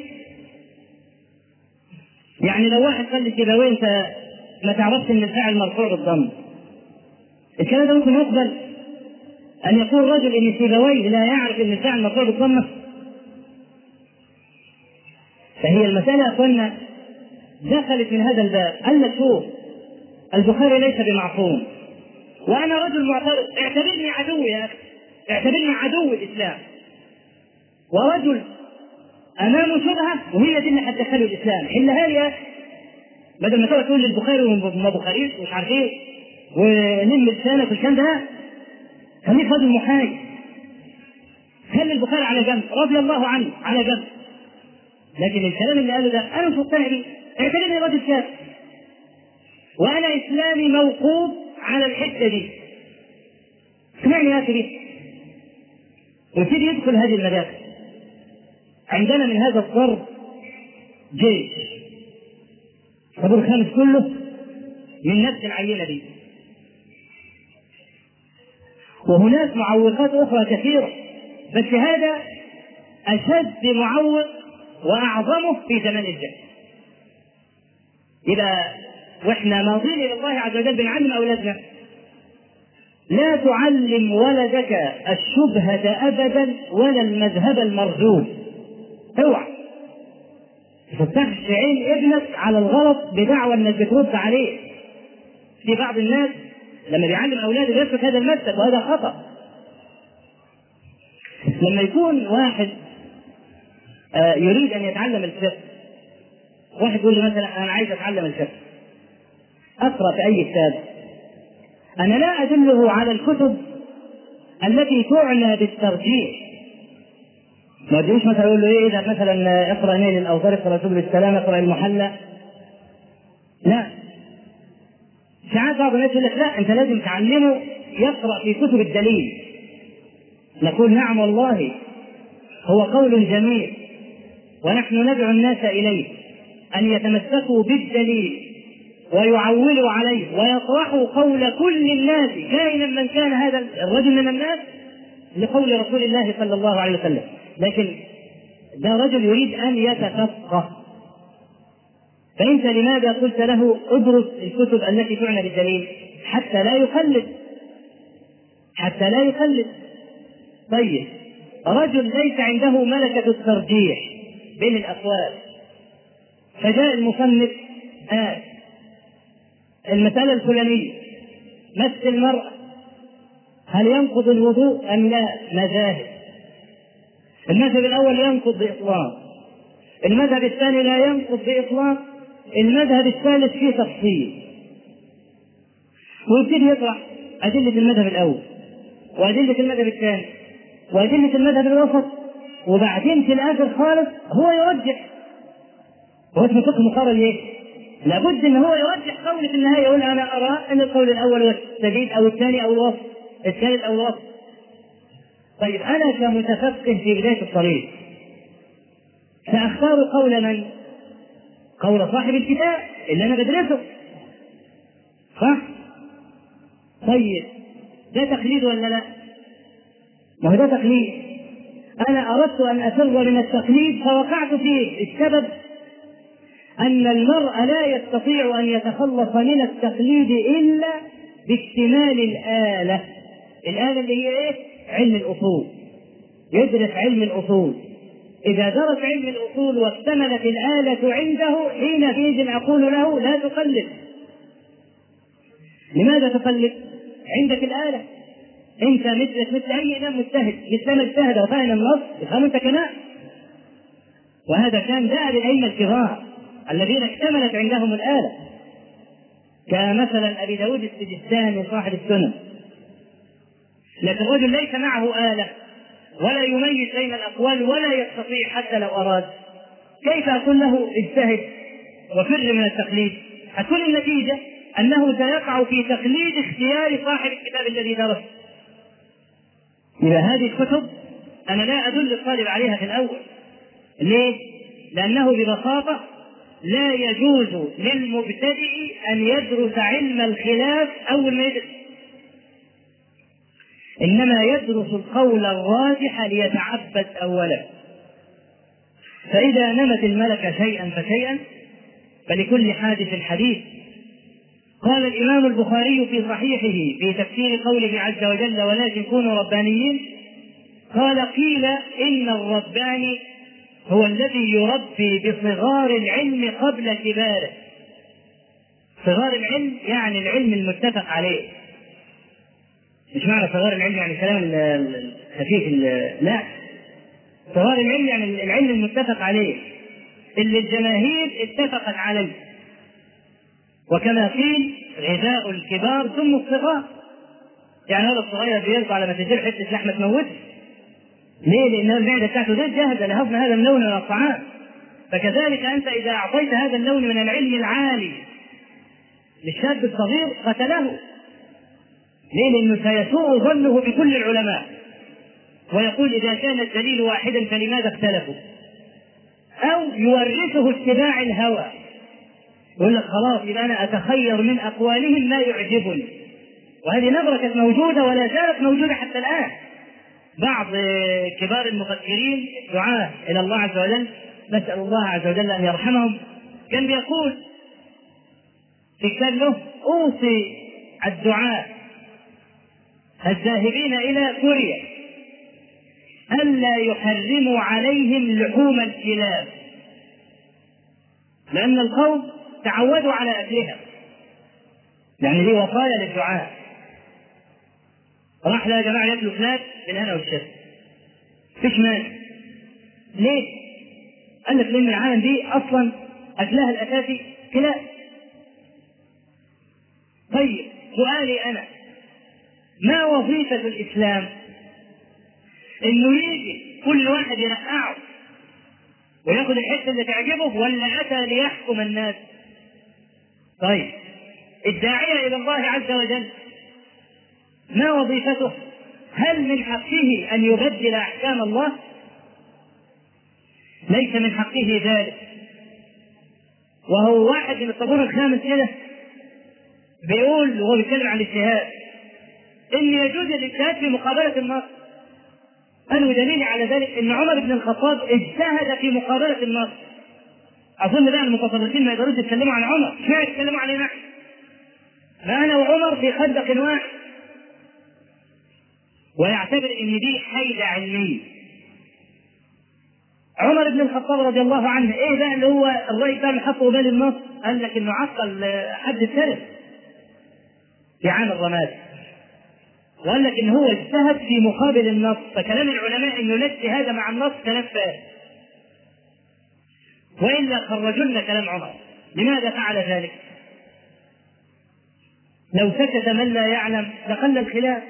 يعني لو واحد قال لسيبويه أنت ما تعرفش ان الفاعل مرفوع بالضم، الكلام ده ممكن يقبل؟ أن يقول رجل إن سيبويه لا يعرف أن الفاعل مرفوع بالضمة؟ فهي المسألة يا أخوانا دخلت من هذا الباب. قال لك شوف، البخاري ليس بمعصوم، وأنا رجل معترض، اعتبرني عدو يا أخي، اعتبرني عدو الإسلام، ورجل أمامه شبهة وهي دي اللي هتدخله الإسلام، حلها لي يا أخي، بدل ما تقول للبخاري وما بخاريش ومش عارف إيه ونلم لسانك والكلام ده. خليك رجل محايد، خلي البخاري على جنب رضي الله عنه على جنب، لكن الكلام اللي قاله ده أنا مش مقتنع بيه، اعتبرني رجل كافر، وأنا إسلامي موقوف على الحتة دي، اسمعني يا أخي دي، ويبتدي يدخل هذه المداخل. عندنا من هذا الضرب جيش أبو الخامس كله من نفس العينة دي، وهناك معوقات أخرى كثيرة، بس هذا أشد معوق وأعظمه في زمان الجهل. إذا وإحنا ماضين إلى الله عز وجل بنعلم أولادنا لا تعلم ولدك الشبهة أبدا ولا المذهب المرجوح، اوعى تفتحش عين ابنك على الغلط بدعوى انك بترد عليه. في بعض الناس لما بيعلم اولاده يسلك هذا المسلك، وهذا خطأ. لما يكون واحد آه يريد ان يتعلم الفقه، واحد يقول لي مثلا انا عايز اتعلم الفقه، اقرا في اي كتاب؟ انا لا ادله على الكتب التي تعنى بالترجيح. ما اديش مثلا اقول له ايه اذا مثلا اقرا نيل الاوطار، اقرا سبل السلام، اقرا المحلى. لا، ساعات بعض الناس يقول لك لا انت لازم تعلمه يقرا في كتب الدليل. نقول نعم والله هو قول جميل، ونحن ندعو الناس اليه ان يتمسكوا بالدليل ويعولوا عليه ويطرحوا قول كل الناس كائنا من كان هذا الرجل من الناس لقول رسول الله صلى الله عليه وسلم. لكن ده رجل يريد ان يتفقه، فانت لماذا قلت له ادرس الكتب التي تعنى بالدليل؟ حتى لا يقلد، حتى لا يقلد. طيب رجل ليس عنده ملكة الترجيح بين الأقوال، فجاء المصنف آه المسألة الفلانية مس المرأة هل ينقض الوضوء أم لا؟ مذاهب. المذهب الأول ينقض بإطلاق، المذهب الثاني لا ينقض بإطلاق، المذهب الثالث فيه تفصيل. ويبتدي يطرح أدلة المذهب الأول وأدلة المذهب الثاني وأدلة المذهب الوسط، وبعدين في الآخر خالص هو يرجح. هو اسمه فقه مقارن ليه؟ لابد ان هو يرجح قول في النهايه، يقول انا ارى ان القول الاول هو السديد او الثاني او الوسط، الثالث أو الوسط. طيب أنا كمتفقه في بداية الطريق سأختار قول من؟ قول صاحب الكتاب اللي أنا بدرسه، صح؟ طيب ده تقليد ولا لا؟ ما هو ده تقليد. أنا أردت أن أفر من التقليد فوقعت فيه. السبب أن المرء لا يستطيع أن يتخلص من التقليد إلا باكتمال الآلة. الآلة اللي هي إيه؟ علم الأصول. يدرس علم الأصول. إذا درس علم الأصول واكتملت الآلة عنده حينئذ أقول له لا تقلد. لماذا تقلد؟ عندك الآلة. أنت مثلك مثل أي إمام مجتهد، مثلما اجتهد وفهم النص يفهم أنت كمان. وهذا كان داعي للأئمة الكبار الذين اكتملت عندهم الآلة، كمثلا أبي داود السجستاني صاحب السنن. لكن الرجل ليس معه آلة ولا يميز بين الأقوال ولا يستطيع حتى لو أراد. كيف أقول له اجتهد وفر من التقليد؟ هتكون النتيجة أنه سيقع في تقليد اختيار صاحب الكتاب الذي درس. إذا هذه الكتب أنا لا أدل الطالب عليها في الأول. ليه؟ لأنه ببساطة لا يجوز للمبتدئ أن يدرس علم الخلاف أول ما يدرس، إنما يدرس القول الراجح ليتعبد أولا. فإذا نمت الملكة شيئا فشيئا فلكل حادث حديث. قال الإمام البخاري في صحيحه في تفسير قوله عز وجل ولكن كونوا ربانيين، قال قيل إن الرباني هو الذي يربي بصغار العلم قبل كباره. صغار العلم يعني العلم المتفق عليه، مش معنى صغار العلم يعني كلام الخفيف، لا، صغار العلم يعني العلم المتفق عليه اللي الجماهير اتفقت عليه. وكما قيل غذاء الكبار ثم الصغار، يعني هذا الصغير بيرضى على ما تجيب حته لحمه تموته. ليه؟ لان المعده بتاعته ده جاهزه لهضم هذا اللون من الطعام. فكذلك انت اذا اعطيت هذا اللون من العلم العالي للشاب الصغير قتله. ليه؟ لانه سيسوء ظنه بكل العلماء ويقول اذا كان الدليل واحدا فلماذا اختلفوا؟ او يورثه اتباع الهوى، يقول لك خلاص يبقى انا اتخير من اقوالهم ما يعجبني. وهذه نظرة كانت موجودة ولا زالت موجودة حتى الآن. بعض كبار المفكرين دعاة إلى الله عز وجل، نسأل الله عز وجل أن يرحمهم، كان بيقول في كتاب له أوصي الدعاة الذاهبين إلى كوريا ألا يحرموا عليهم لحوم الكلاب، لأن القوم تعودوا على أكلها. يعني دي وصايا للدعاة. راح لا يا جماعة يأكلوا كلاب بالهنا والشفا، فيش مانع. ليه؟ قال لك لأن العالم دي أصلا أكلها الأساسي كلاب. طيب سؤالي أنا، ما وظيفة الإسلام؟ إنه يجي كل واحد يرقعه ويأخذ الحتة اللي تعجبه، ولا أتى ليحكم الناس؟ طيب الداعية إلى الله عز وجل ما وظيفته؟ هل من حقه أن يبدل أحكام الله؟ ليس من حقه ذلك. وهو واحد من الطابور الخامس كده بيقول وهو بيتكلم عن الاجتهاد إن يجوز الاجتهاد في مقابلة النص. قالوا دليل على ذلك إن عمر بن الخطاب اجتهد في مقابلة النص. أظن بقى المتصرفين ما يقدروش يتكلموا عن عمر، شو يتكلموا علينا؟ ما أنا وعمر في خندق واحد، ويعتبر ان دي حيلة علمية. عمر بن الخطاب رضي الله عنه ايه ده اللي هو الرأي بتاع اللي حطه قبال النص؟ قال لك انه عقل حد الثالث في عام الرماد، وقال لك ان هو اجتهد في مقابل النص. فكلام العلماء انه لا اجتهاد مع النص كلام فارغ، والا خرجوا لنا كلام عمر. لماذا فعل ذلك؟ لو سكت من لا يعلم لقل الخلاف.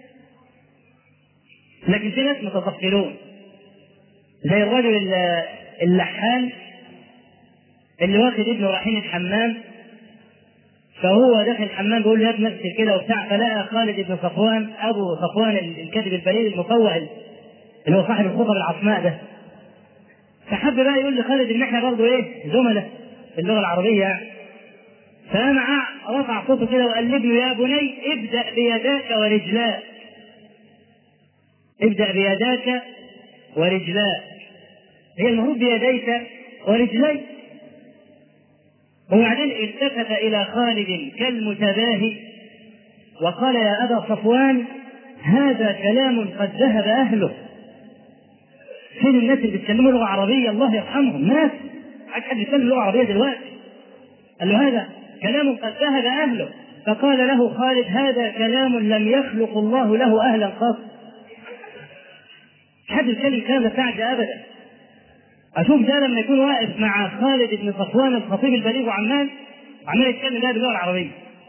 لكن في ناس متطفلون زي الرجل اللحان اللي واخد ابنه رايحين الحمام فهو داخل الحمام بيقول له يا ابني اغسل كده وبتاع، فلقى خالد بن صفوان ابو صفوان الكاتب البليل المفوه اللي هو صاحب الخطب العصماء ده، فحب بقى يقول لخالد ان احنا برضه ايه زملاء في اللغه العربيه. فقام رفع صوته كده وقال له يا بني ابدا بيداك ورجلاك، ابدا بيداك ورجلاك، هي المفروض بيديك ورجليك. وبعدين التفت الى خالد كالمتباهي وقال يا ابا صفوان هذا كلام قد ذهب اهله. فين الناس اللي بيتكلموا لغه عربيه الله يرحمهم؟ ناس عاد حد يتكلم لغه عربيه دلوقتي؟ قال له هذا كلام قد ذهب اهله. فقال له خالد هذا كلام لم يخلق الله له اهلا قط. حد يتكلم الكلام ده بتاعك ابدا. اشوف ده لما يكون واقف مع خالد بن صفوان الخطيب البليغ وعمال عمال يتكلم ده باللغه العربيه.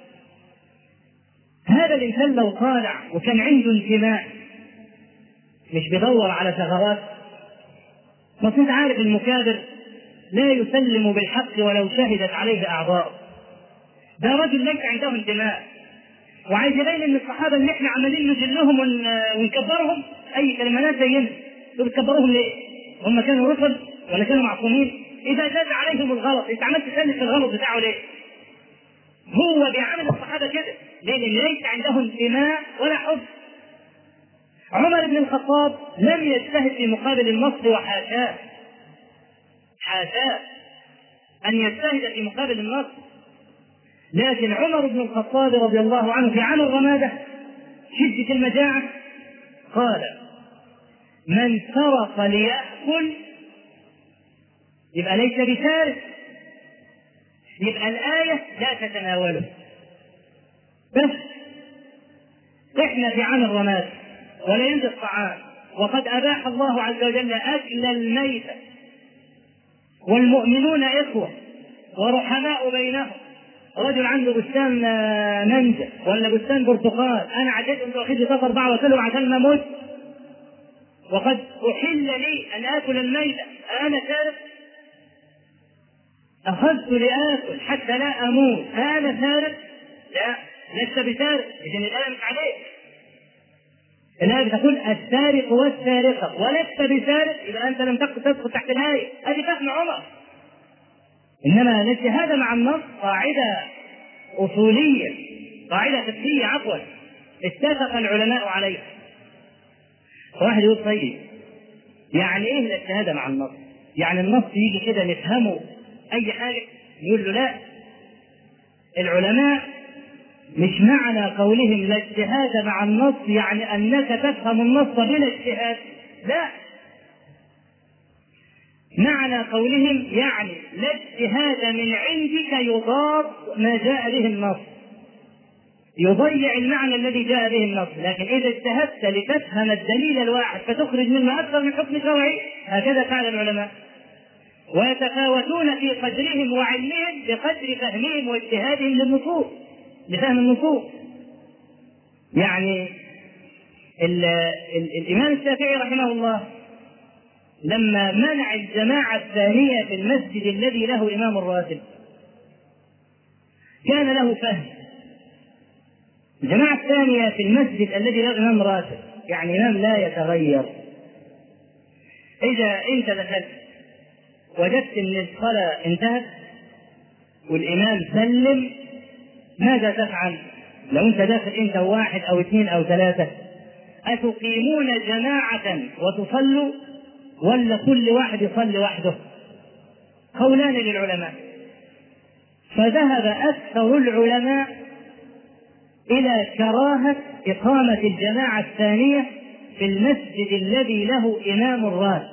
هذا الانسان لو طالع وكان عنده انتماء مش بيدور على ثغرات، بس انت عارف المكابر لا يسلم بالحق ولو شهدت عليه اعضاء. ده رجل ليس عنده انتماء وعايز يبين ان الصحابه اللي احنا عمالين نجلهم ونكبرهم اي كلمات زينا، دول بتكبروهم ليه؟ هم كانوا رسل ولا كانوا معصومين؟ اذا زاد عليهم الغلط انت عملت تسلك الغلط بتاعه ليه؟ هو بيعامل الصحابه كده ليه؟ لان ليس عنده انتماء ولا حب. عمر بن الخطاب لم يجتهد في مقابل النصر وحاشاه، حاشاه ان يجتهد في مقابل النصر، لكن عمر بن الخطاب رضي الله عنه في عام الرماده شده المجاعه قال من سرق ليأكل يبقى ليس بسارق، يبقى الآية لا تتناوله. بس احنا في عام الرماد ولا يوجد طعام وقد أباح الله عز وجل أكل الميتة والمؤمنون إخوة ورحماء بينهم. رجل عنده بستان منجة ولا بستان برتقال، أنا عديت أنت واخد لي سفر أربعة وكلهم عشان ما أموت وقد أحل لي أن آكل الميتة، أنا سارق؟ أخذت لآكل حتى لا أموت، أنا سارق؟ لا، لست بسارق، إذن الآية مش عليك. الآية بتقول السارق والسارقة ولست بسارق، إذا أنت لم تدخل تحت الآية. هذه فهم عمر. إنما الاجتهاد مع النص قاعدة أصولية، قاعدة فقهية عفوا اتفق العلماء عليها. واحد يقول طيب يعني ايه الاجتهاد مع النص؟ يعني النص يجي كده نفهمه اي حاجه؟ يقول له لا، العلماء مش معنى قولهم لا اجتهاد مع النص يعني انك تفهم النص بلا اجتهاد، لا، معنى قولهم يعني لا اجتهاد من عندك يضاد ما جاء به النص، يضيع المعنى الذي جاء به النص. لكن إذا اجتهدت لتفهم الدليل الواحد فتخرج منه أكثر من حكم شرعي، هكذا فعل العلماء، ويتفاوتون في قدرهم وعلمهم بقدر فهمهم واجتهادهم للنصوص، لفهم النصوص. يعني ال ال الإمام الشافعي رحمه الله لما منع الجماعة الثانية في المسجد الذي له إمام راتب كان له فهم. الجماعة الثانية في المسجد الذي له إمام راتب يعني إمام لا يتغير. إذا أنت دخلت وجدت أن الصلاة انتهت والإمام سلم، ماذا تفعل؟ لو أنت داخل أنت واحد أو اثنين أو ثلاثة، أتقيمون جماعة وتصلوا ولا كل واحد يصلي وحده؟ قولان للعلماء. فذهب أكثر العلماء إلى كراهة إقامة الجماعة الثانية في المسجد الذي له إمام راتب،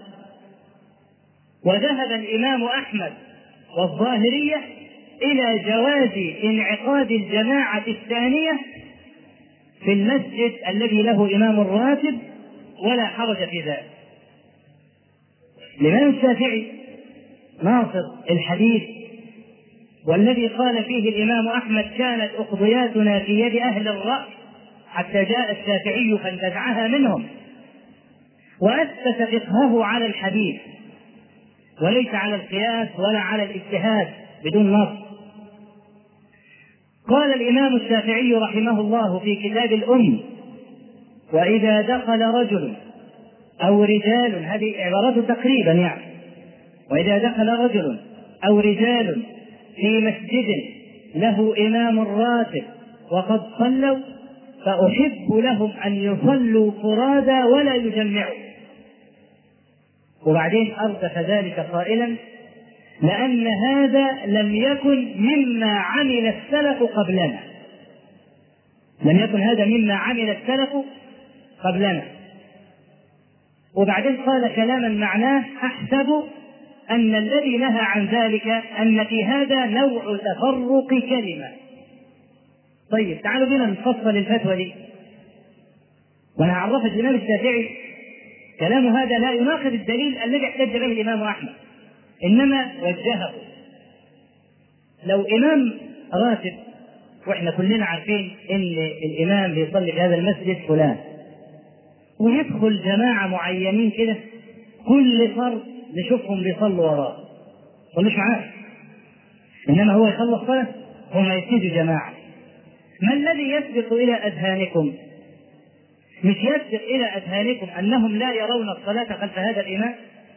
وذهب الإمام أحمد والظاهرية إلى جواز انعقاد الجماعة الثانية في المسجد الذي له إمام راتب ولا حرج في ذلك. الإمام الشافعي ناصر الحديث والذي قال فيه الإمام أحمد كانت أقضياتنا في يد أهل الرأي حتى جاء الشافعي فانتزعها منهم، وأسس فقهه على الحديث وليس على القياس ولا على الاجتهاد بدون نص. قال الإمام الشافعي رحمه الله في كتاب الأم: وإذا دخل رجل أو رجال، هذه عبارته تقريبا يعني، وإذا دخل رجل أو رجال في مسجد له إمام راتب وقد صلوا فأحب لهم أن يصلوا فرادى ولا يجمعوا. وبعدين أردف ذلك قائلا: لأن هذا لم يكن مما عمل السلف قبلنا، لم يكن هذا مما عمل السلف قبلنا. وبعدين قال كلاما معناه: أحسب أن الذي نهى عن ذلك أن في هذا نوع تفرق كلمة. طيب تعالوا بنا نفصل الفتوى دي، وأنا عرفت الإمام الشافعي كلام هذا لا يناقض الدليل الذي احتج به الإمام أحمد، إنما وجهه. لو إمام راتب، وإحنا كلنا عارفين إن الإمام بيصلي في هذا المسجد فلان، ويدخل جماعة معينين كده كل فرد نشوفهم بيصلوا وراه، صلوش معاه، إنما هو يخلص صلاة هم يسجدوا جماعة. ما الذي يسبق إلى أذهانكم؟ مش يسبق إلى أذهانكم أنهم لا يرون الصلاة خلف هذا الإمام،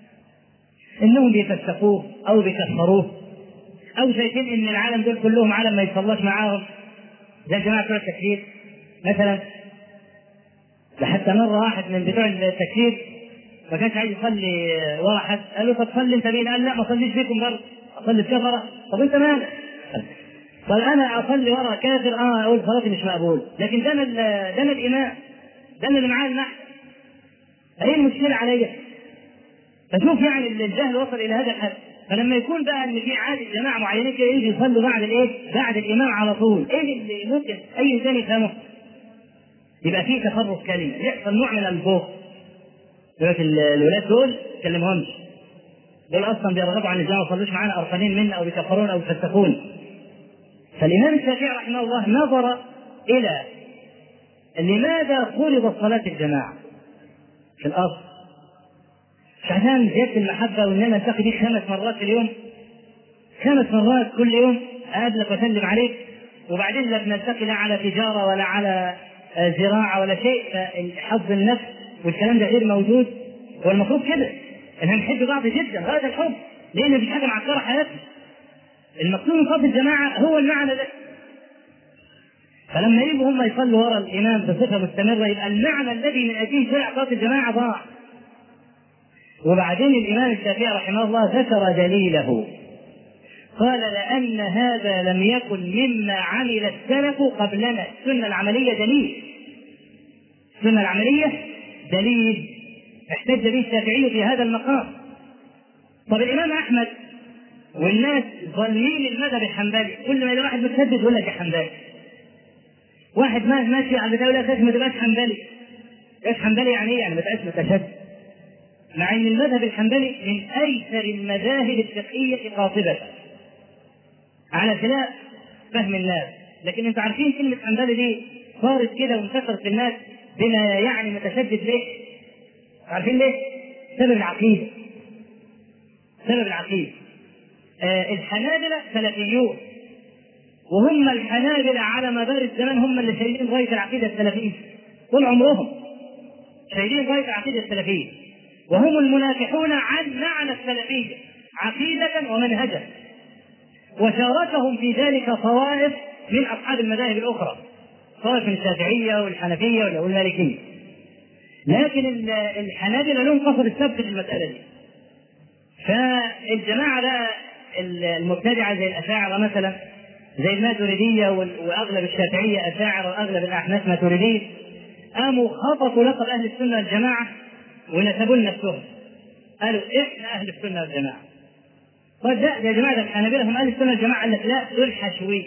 إنهم بيفسقوه أو بيكفروه أو شايفين إن العالم دول كلهم عالم ما يصلاش معاهم، زي جماعة بتوع التكفير مثلا. لحتى مرة واحد من بتوع التكفير ما كانش عايز يصلي ورا حد، قال له: طب صلي انت بينا. قال: لا، ما اصليش بيكم برضه، اصلي بكفره. طب انت مالك؟ قال: انا اصلي ورا كافر، اه اقول صلاتي مش مقبول، لكن ده انا ده انا الامام، ده انا اللي معاه المحن، ايه المشكله عليا؟ فشوف يعني الجهل وصل الى هذا الحد. فلما يكون بقى ان في عادة جماعه معينين كده يجي يصلوا بعد الايه؟ بعد الامام على طول، ايه اللي ممكن اي انسان يفهمه؟ يبقى فيه تفرق كلمه، يحصل نوع من البوخ. دلوقتي الولاد دول كلمهمش، دول اصلا بيرغبوا عن الجامعه، ما صلوش معانا، قرفانين منا او بيكفرون او بيفسقون. فالامام الشافعي رحمه الله نظر الى لماذا فرضت صلاه الجماعه في الاصل؟ مش عشان زياده المحبه واننا نلتقي بيك خمس مرات في اليوم، خمس مرات كل يوم اقابلك واسلم عليك، وبعدين لا بنلتقي لا على تجاره ولا على زراعه ولا شيء، حظ النفس والكلام ده غير موجود. هو المفروض كده اننا نحب بعض جدا غايه الحب، لان مفيش حاجه معكره حياتنا. المقصود من صلاه الجماعه هو المعنى ده. فلما يجوا هم يصلوا وراء الامام بصفه مستمره، يبقى المعنى الذي من اجله شرع صلاه الجماعه ضاع. وبعدين الامام الشافعي رحمه الله ذكر دليله، قال: لان هذا لم يكن مما عمل السلف قبلنا. السنه العمليه دليل، السنه العمليه دليل احتج به الشافعي في هذا المقام. طب الامام احمد والناس ظالمين المذهب الحنبلي، كل ما يلاقي واحد متشدد يقول لك يا حنبلي، واحد ما ماشي على بتاع يقول لك ما تبقاش حنبلي. ايش حنبلي يعني ايه؟ يعني ما تبقاش متشدد، مع ان المذهب الحنبلي من ايسر المذاهب الفقهيه قاطبه على خلاف فهم الناس. لكن انتم عارفين كلمه حنبلي دي صارت كده وانتشرت في الناس بما يعني متشدد. ليه؟ عارفين ليه؟ سبب العقيده، سبب العقيده. آه الحنابلة سلفيون، وهم الحنابلة على مدار الزمان هم اللي شايلين غاية العقيدة السلفية، طول عمرهم شايلين غاية العقيدة السلفية، وهم المنافحون عن معنى السلفية عقيدة ومنهجا. وشاركهم في ذلك طوائف من أصحاب المذاهب الأخرى، طائف من الشافعية والحنفية والمالكية. لكن الحنابلة لهم قصر السبت في المسألة دي. فالجماعة بقى المبتدعة زي الأشاعرة مثلا، زي الماتريدية، وأغلب الشافعية أشاعرة وأغلب الأحناف ماتريدية، قاموا خططوا لقب أهل السنة والجماعة ونسبوا لنفسهم، قالوا إحنا أهل السنة والجماعة. قال لا يا جماعة، الحنابلة هم أهل السنة والجماعة. قال لك لا، دول حشوي،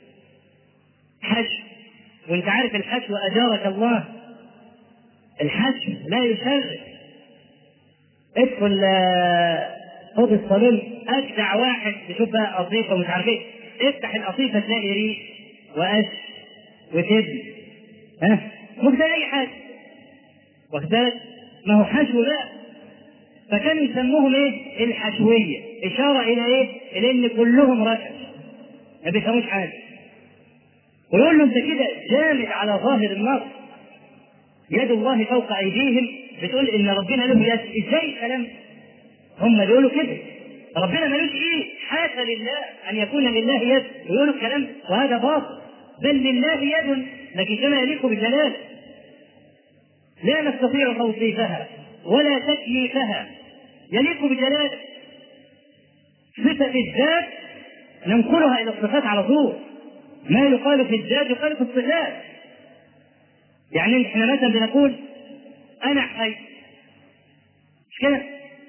حشو. وأنت عارف الحشو أجارك الله، الحشو لا يشرك. ادخل خد الصالون، أجدع واحد تشوف بقى قطيفة ومش عارف ايه، افتح القطيفة تلاقي ريش وقش وتبن، ها ممكن أي حاجة، واخد بالك؟ ما هو حشو بقى. فكانوا يسموهم ايه؟ الحشوية، إشارة إلى ايه؟ إلى إن كلهم رشش ما بيفهموش حاجة. ويقول له انت كده جامد على ظاهر النص، يد الله فوق ايديهم، بتقول ان ربنا له يد. ازاي الكلام؟ هم بيقولوا كده ربنا ملوش ايه، حاشا لله ان يكون لله يد، ويقولوا الكلام وهذا باطل، بل لله يد لكن كما يليق بجلاله، لا نستطيع توصيفها ولا تكييفها، يليق بجلاله. صفة الذات ننقلها الى الصفات على طول، ما يقال في الذات يقال في الصفات. يعني احنا مثلا بنقول انا حي، مش كده؟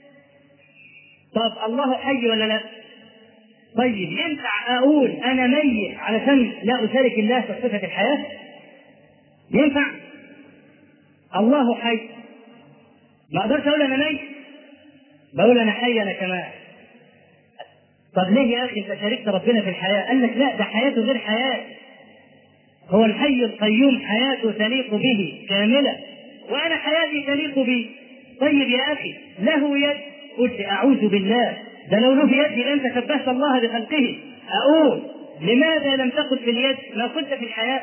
طب الله حي ولا لا؟ طيب ينفع اقول انا ميت علشان لا اشارك الله في صفة الحياة؟ ينفع؟ الله حي، ما اقدرش اقول انا ميت، بقول انا حي انا كمان. طب ليه يا اخي انت شاركت ربنا في الحياة؟ قال لك لا، ده حياته غير حياة، هو الحي القيوم حياته تليق به كاملة، وانا حياتي تليق بي. طيب يا اخي له يد، قلت اعوذ بالله، ده لو له يد لن تشبهت الله بخلقه. اقول لماذا لم تقل في اليد ما قلت في الحياة؟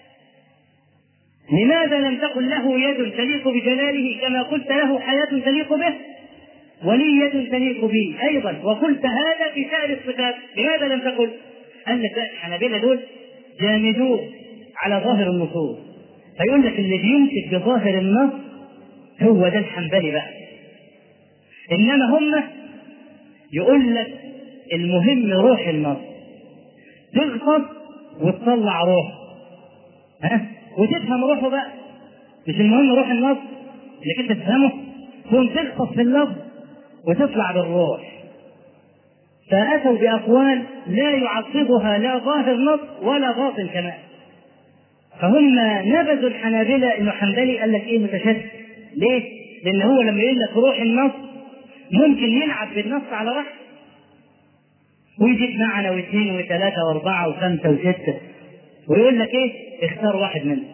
لماذا لم تقل له يد تليق بجلاله كما قلت له حياة تليق به؟ ولي يد تليق به ايضا، وقلت هذا في سائر الصفات، لماذا لم تقل؟ قال لك لا، الحنابلة دول جامدون على ظاهر النصوص، فيقول لك اللي بيمسك بظاهر النص هو ده الحنبلي بقى. انما هم يقول لك المهم روح النص، تغفص وتطلع روح، ها وتفهم روحه بقى، مش المهم روح النص اللي كنت تفهمه، تقوم تغفص في اللفظ وتطلع بالروح. فأتوا بأقوال لا يعقبها لا ظاهر نص ولا باطن كمان. فهم نبذوا الحنابلة انه حنبلي، قال لك ايه متشدد. ليه؟ لان هو لما يقول لك روح النص ممكن يلعب بالنص على راحته ويجيب معنا واثنين وثلاثة واربعة وخمسة وستة ويقول لك ايه اختار واحد منهم.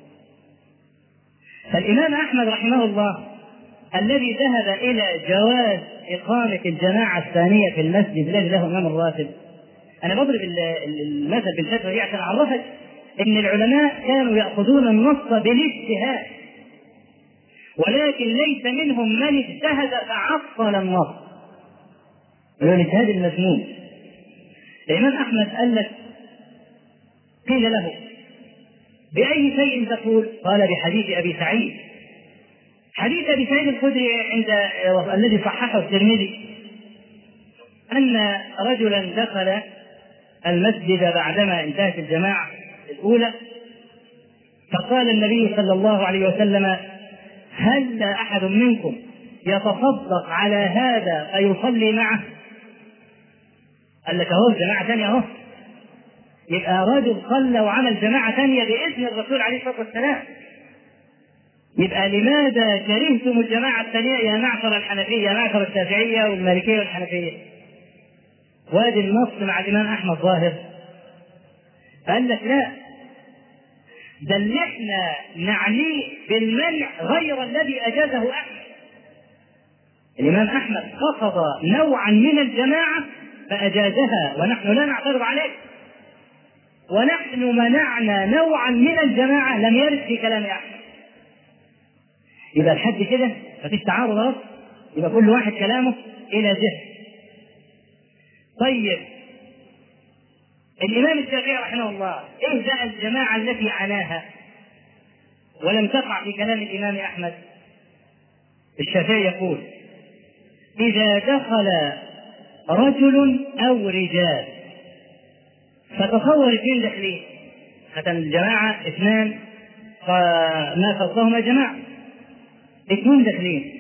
فالامام احمد رحمه الله الذي ذهب الى جواز اقامة الجماعة الثانية في المسجد الذي له امام الراتب، انا بضرب المثل بالفتوى دي عشان اعرفك ان العلماء كانوا يأخذون النص بالاجتهاد، ولكن ليس منهم من اجتهد فعطل النص، هو الاجتهاد المذموم. الامام احمد قال لك قيل له باي شيء تقول؟ قال بحديث ابي سعيد. حديث ابي سعيد الخدري عند الذي صححه الترمذي ان رجلا دخل المسجد بعدما انتهت الجماعة الأولى، فقال النبي صلى الله عليه وسلم هل أحد منكم يتصدق على هذا فيصلي معه؟ قال لك اهو جماعة ثانية اهو، يبقى رجل صلى وعمل جماعة ثانية بإذن الرسول عليه الصلاة والسلام. يبقى لماذا كرهتم الجماعة الثانية يا معشر الحنفية، يا معشر الشافعية والمالكية والحنفية؟ وادي النص مع الإمام أحمد ظاهر. قال لك لا، ده اللي احنا نعنيه بالمنع غير الذي أجازه أحمد. الإمام أحمد قصد نوعا من الجماعة فأجازها ونحن لا نعترض عليه، ونحن منعنا نوعا من الجماعة لم يرد في كلام أحمد. يبقى لحد كده مفيش تعارض اهو، يبقى كل واحد كلامه إلى جهة. طيب الإمام الشافعي رحمه الله إيه بقى الجماعة التي عناها ولم تقع في كلام الإمام أحمد؟ الشافعي يقول إذا دخل رجل أو رجال، فتصور اثنين داخلين، حتى الجماعة اثنان فما فوقهما جماعة، اثنين داخلين.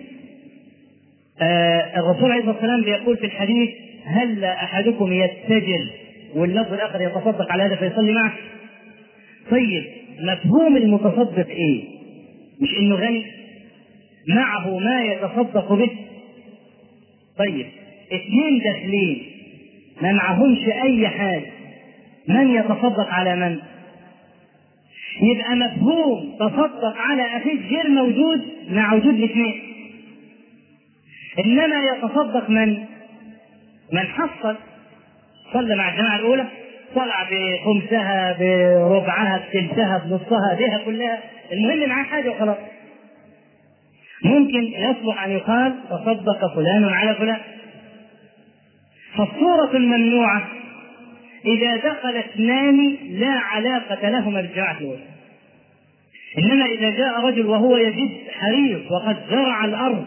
آه الرسول عليه الصلاة والسلام بيقول في الحديث هل أحدكم يتجل، واللفظ الآخر يتصدق على هذا فيصلي معه. طيب مفهوم المتصدق إيه؟ مش إنه غني معه ما يتصدق به. طيب اثنين داخلين ما معهمش أي حاجة، من يتصدق على من؟ يبقى مفهوم تصدق على أخيك غير موجود مع وجود الاثنين. إنما يتصدق من؟ من حصل صلى مع الجماعة الأولى طلع بخمسها بربعها بثلثها بنصها بها كلها، المهم معاه حاجه وخلاص. ممكن يصلح ان يقال تصدق فلان على فلان. فالصورة الممنوعة إذا دخل اثنان لا علاقة لهما بالجماعة الأولى، إنما إذا جاء رجل وهو يجد حريص وقد زرع الأرض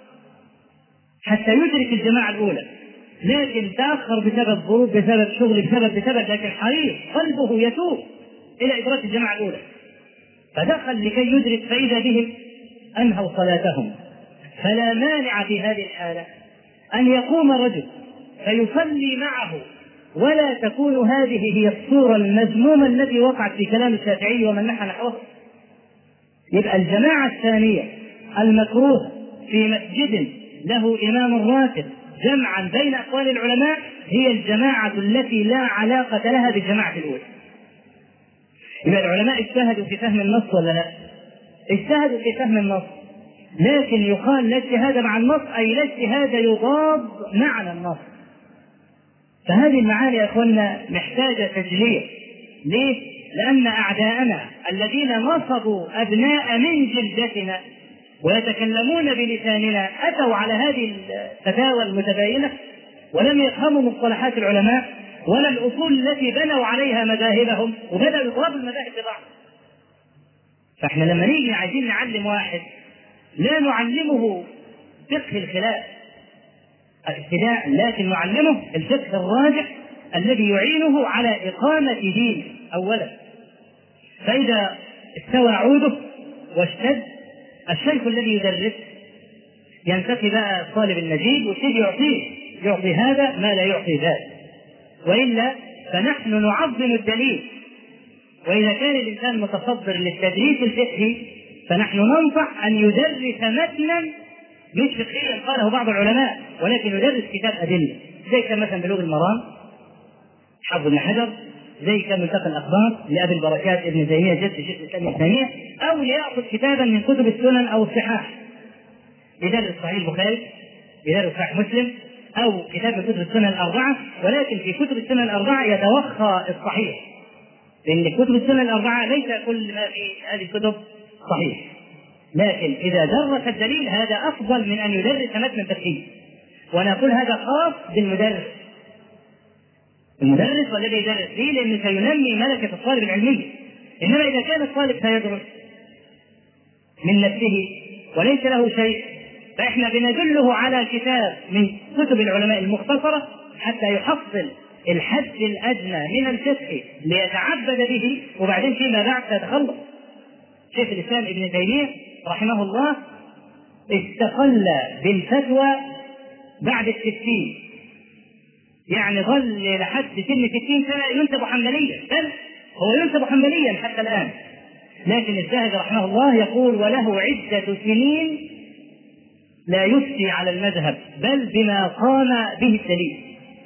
حتى يدرك الجماعة الأولى، لكن تأخر بسبب ظروف، بسبب شغل، بسبب بسبب لكن حريص قلبه يتوب إلى إدراك الجماعة الأولى، فدخل لكي يدرك فإذا بهم أنهوا صلاتهم. فلا مانع في هذه الحالة أن يقوم رجل فيصلي معه، ولا تكون هذه هي الصورة المذمومة التي وقعت في كلام الشافعي ومن نحى نحوه. يبقى الجماعة الثانية المكروه في مسجد له إمام راتب جمعا بين أقوال العلماء هي الجماعة التي لا علاقة لها بالجماعة الأولى. يبقى العلماء اجتهدوا في فهم النص ولا لا؟ اجتهدوا في فهم النص، لكن يقال لا اجتهاد مع النص أي لا اجتهاد يضاد معنى النص. فهذه المعاني يا أخوانا محتاجة تجلية. ليه؟ لأن أعداءنا الذين نصبوا أبناء من جلدتنا ويتكلمون بلساننا أتوا على هذه الفتاوى المتباينة ولم يفهموا مصطلحات العلماء ولا الأصول التي بنوا عليها مذاهبهم، وبدأوا يضربوا المذاهب ببعض. فإحنا لما نيجي عايزين نعلم واحد لا نعلمه فقه الخلاف ابتداء، لكن نعلمه الفقه الراجح الذي يعينه على إقامة دينه أولا. فإذا استوى عوده واشتد، الشيخ الذي يدرس ينتفي بقى الطالب النجيب ويبتدي يعطيه يعطي هذا ما لا يعطي ذاك، وإلا فنحن نعظم الدليل. وإذا كان الإنسان متصدر للتدريس الفقهي فنحن ننصح أن يدرس متنا مش فقهيا قاله بعض العلماء، ولكن يدرس كتاب أدلة، زي كان مثلا بلوغ المرام حافظ بن حجر، زي كان ملتقى الأخبار لأبي البركات ابن تيمية جد شيخ الإسلام ابن تيمية، أو ليأخذ كتابا من كتب السنن أو الصحاح يدرس صحيح البخاري، يدرس صحيح مسلم، أو كتاب من كتب السنن الأربعة. ولكن في كتب السنن الأربعة يتوخى الصحيح، لأن كتب السنن الأربعة ليس كل ما في هذه الكتب صحيح، لكن إذا درس الدليل هذا أفضل من أن يدرس متن فقهي. ونقول هذا خاص بالمدرس، المدرس والذي يدرس فيه، لأنه سينمي ملكة الطالب العلمية. إنما إذا كان الطالب سيدرس من نفسه وليس له شيء، فإحنا بندله على كتاب من كتب العلماء المختصرة حتى يحصل الحد الأدنى من الفقه ليتعبد به، وبعدين فيما بعد سيتخلص. شيخ الإسلام ابن تيمية رحمه الله استقل بالفتوى بعد الستين، يعني ظل لحد سن ستين سنة ينسب حنبليا، بل هو ينسب حنبليا حتى الآن. لكن الزاهد رحمه الله يقول وله عدة سنين لا يفتي على المذهب بل بما قام به الدليل.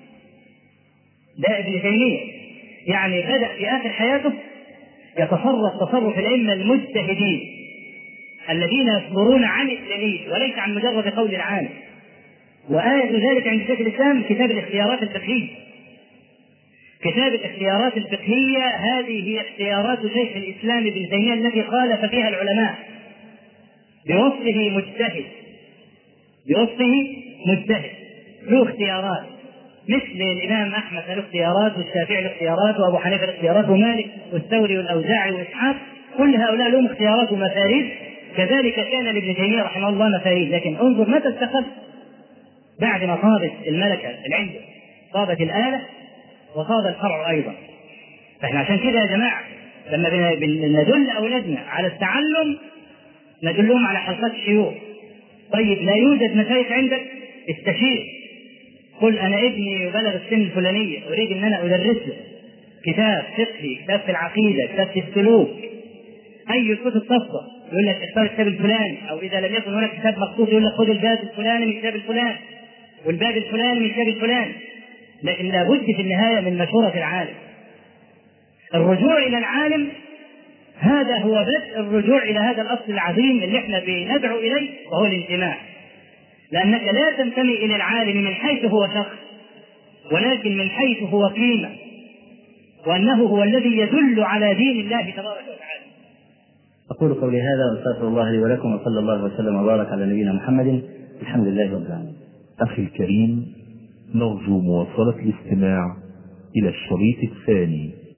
ده ابن تيمية يعني بدأ في آخر حياته يتصرف تصرف الأئمة المجتهدين الذين يصدرون عن الدليل وليس عن مجرد قول العالم. وآية ذلك عند شيخ الإسلام كتاب الاختيارات الفقهية. كتاب الاختيارات الفقهية هذه هي اختيارات شيخ الإسلام ابن تيمية التي خالف فيها العلماء بوصفه مجتهد، بوصفه مجتهد له اختيارات، مثل الإمام أحمد له اختيارات، والشافعي له اختيارات، وأبو حنيفة له اختيارات، ومالك والثوري والأوزاعي وإسحاق، كل هؤلاء لهم اختيارات ومفاريد. كذلك كان لابن تيمية رحمه الله مفاريد. لكن انظر متى استخف بعد ما طابت الملكة العلم، طابت الآلة وطاب الفرع أيضا. فإحنا عشان كده يا جماعة لما ندل أولادنا على التعلم ندلهم على حلقات الشيوخ. طيب لا يوجد مشايخ عندك؟ استشير، قل أنا ابني يبلغ السن الفلانية أريد أن أنا أدرس له كتاب فقهي، كتاب في العقيدة، كتاب في السلوك، أي الكتب تفضل، يقول لك اختار الكتاب الفلاني، أو إذا لم يكن هناك كتاب مخصوص يقول لك خذ الباب الفلاني من الكتاب الفلاني والباب الفلاني من الكتاب الفلاني. لكن لابد في النهاية من مشورة العالم. الرجوع إلى العالم هذا هو بدء الرجوع إلى هذا الأصل العظيم اللي احنا بندعو إليه، وهو الانتماء. لأنك لا تنتمي إلى العالم من حيث هو شخص، ولكن من حيث هو قيمة. وأنه هو الذي يدل على دين الله تبارك وتعالى. أقول قولي هذا وأستغفر الله لي ولكم، وصلى الله وسلم وبارك على نبينا محمد. الحمد لله رب العالمين. أخي الكريم، نرجو مواصلة الاستماع إلى الشريط الثاني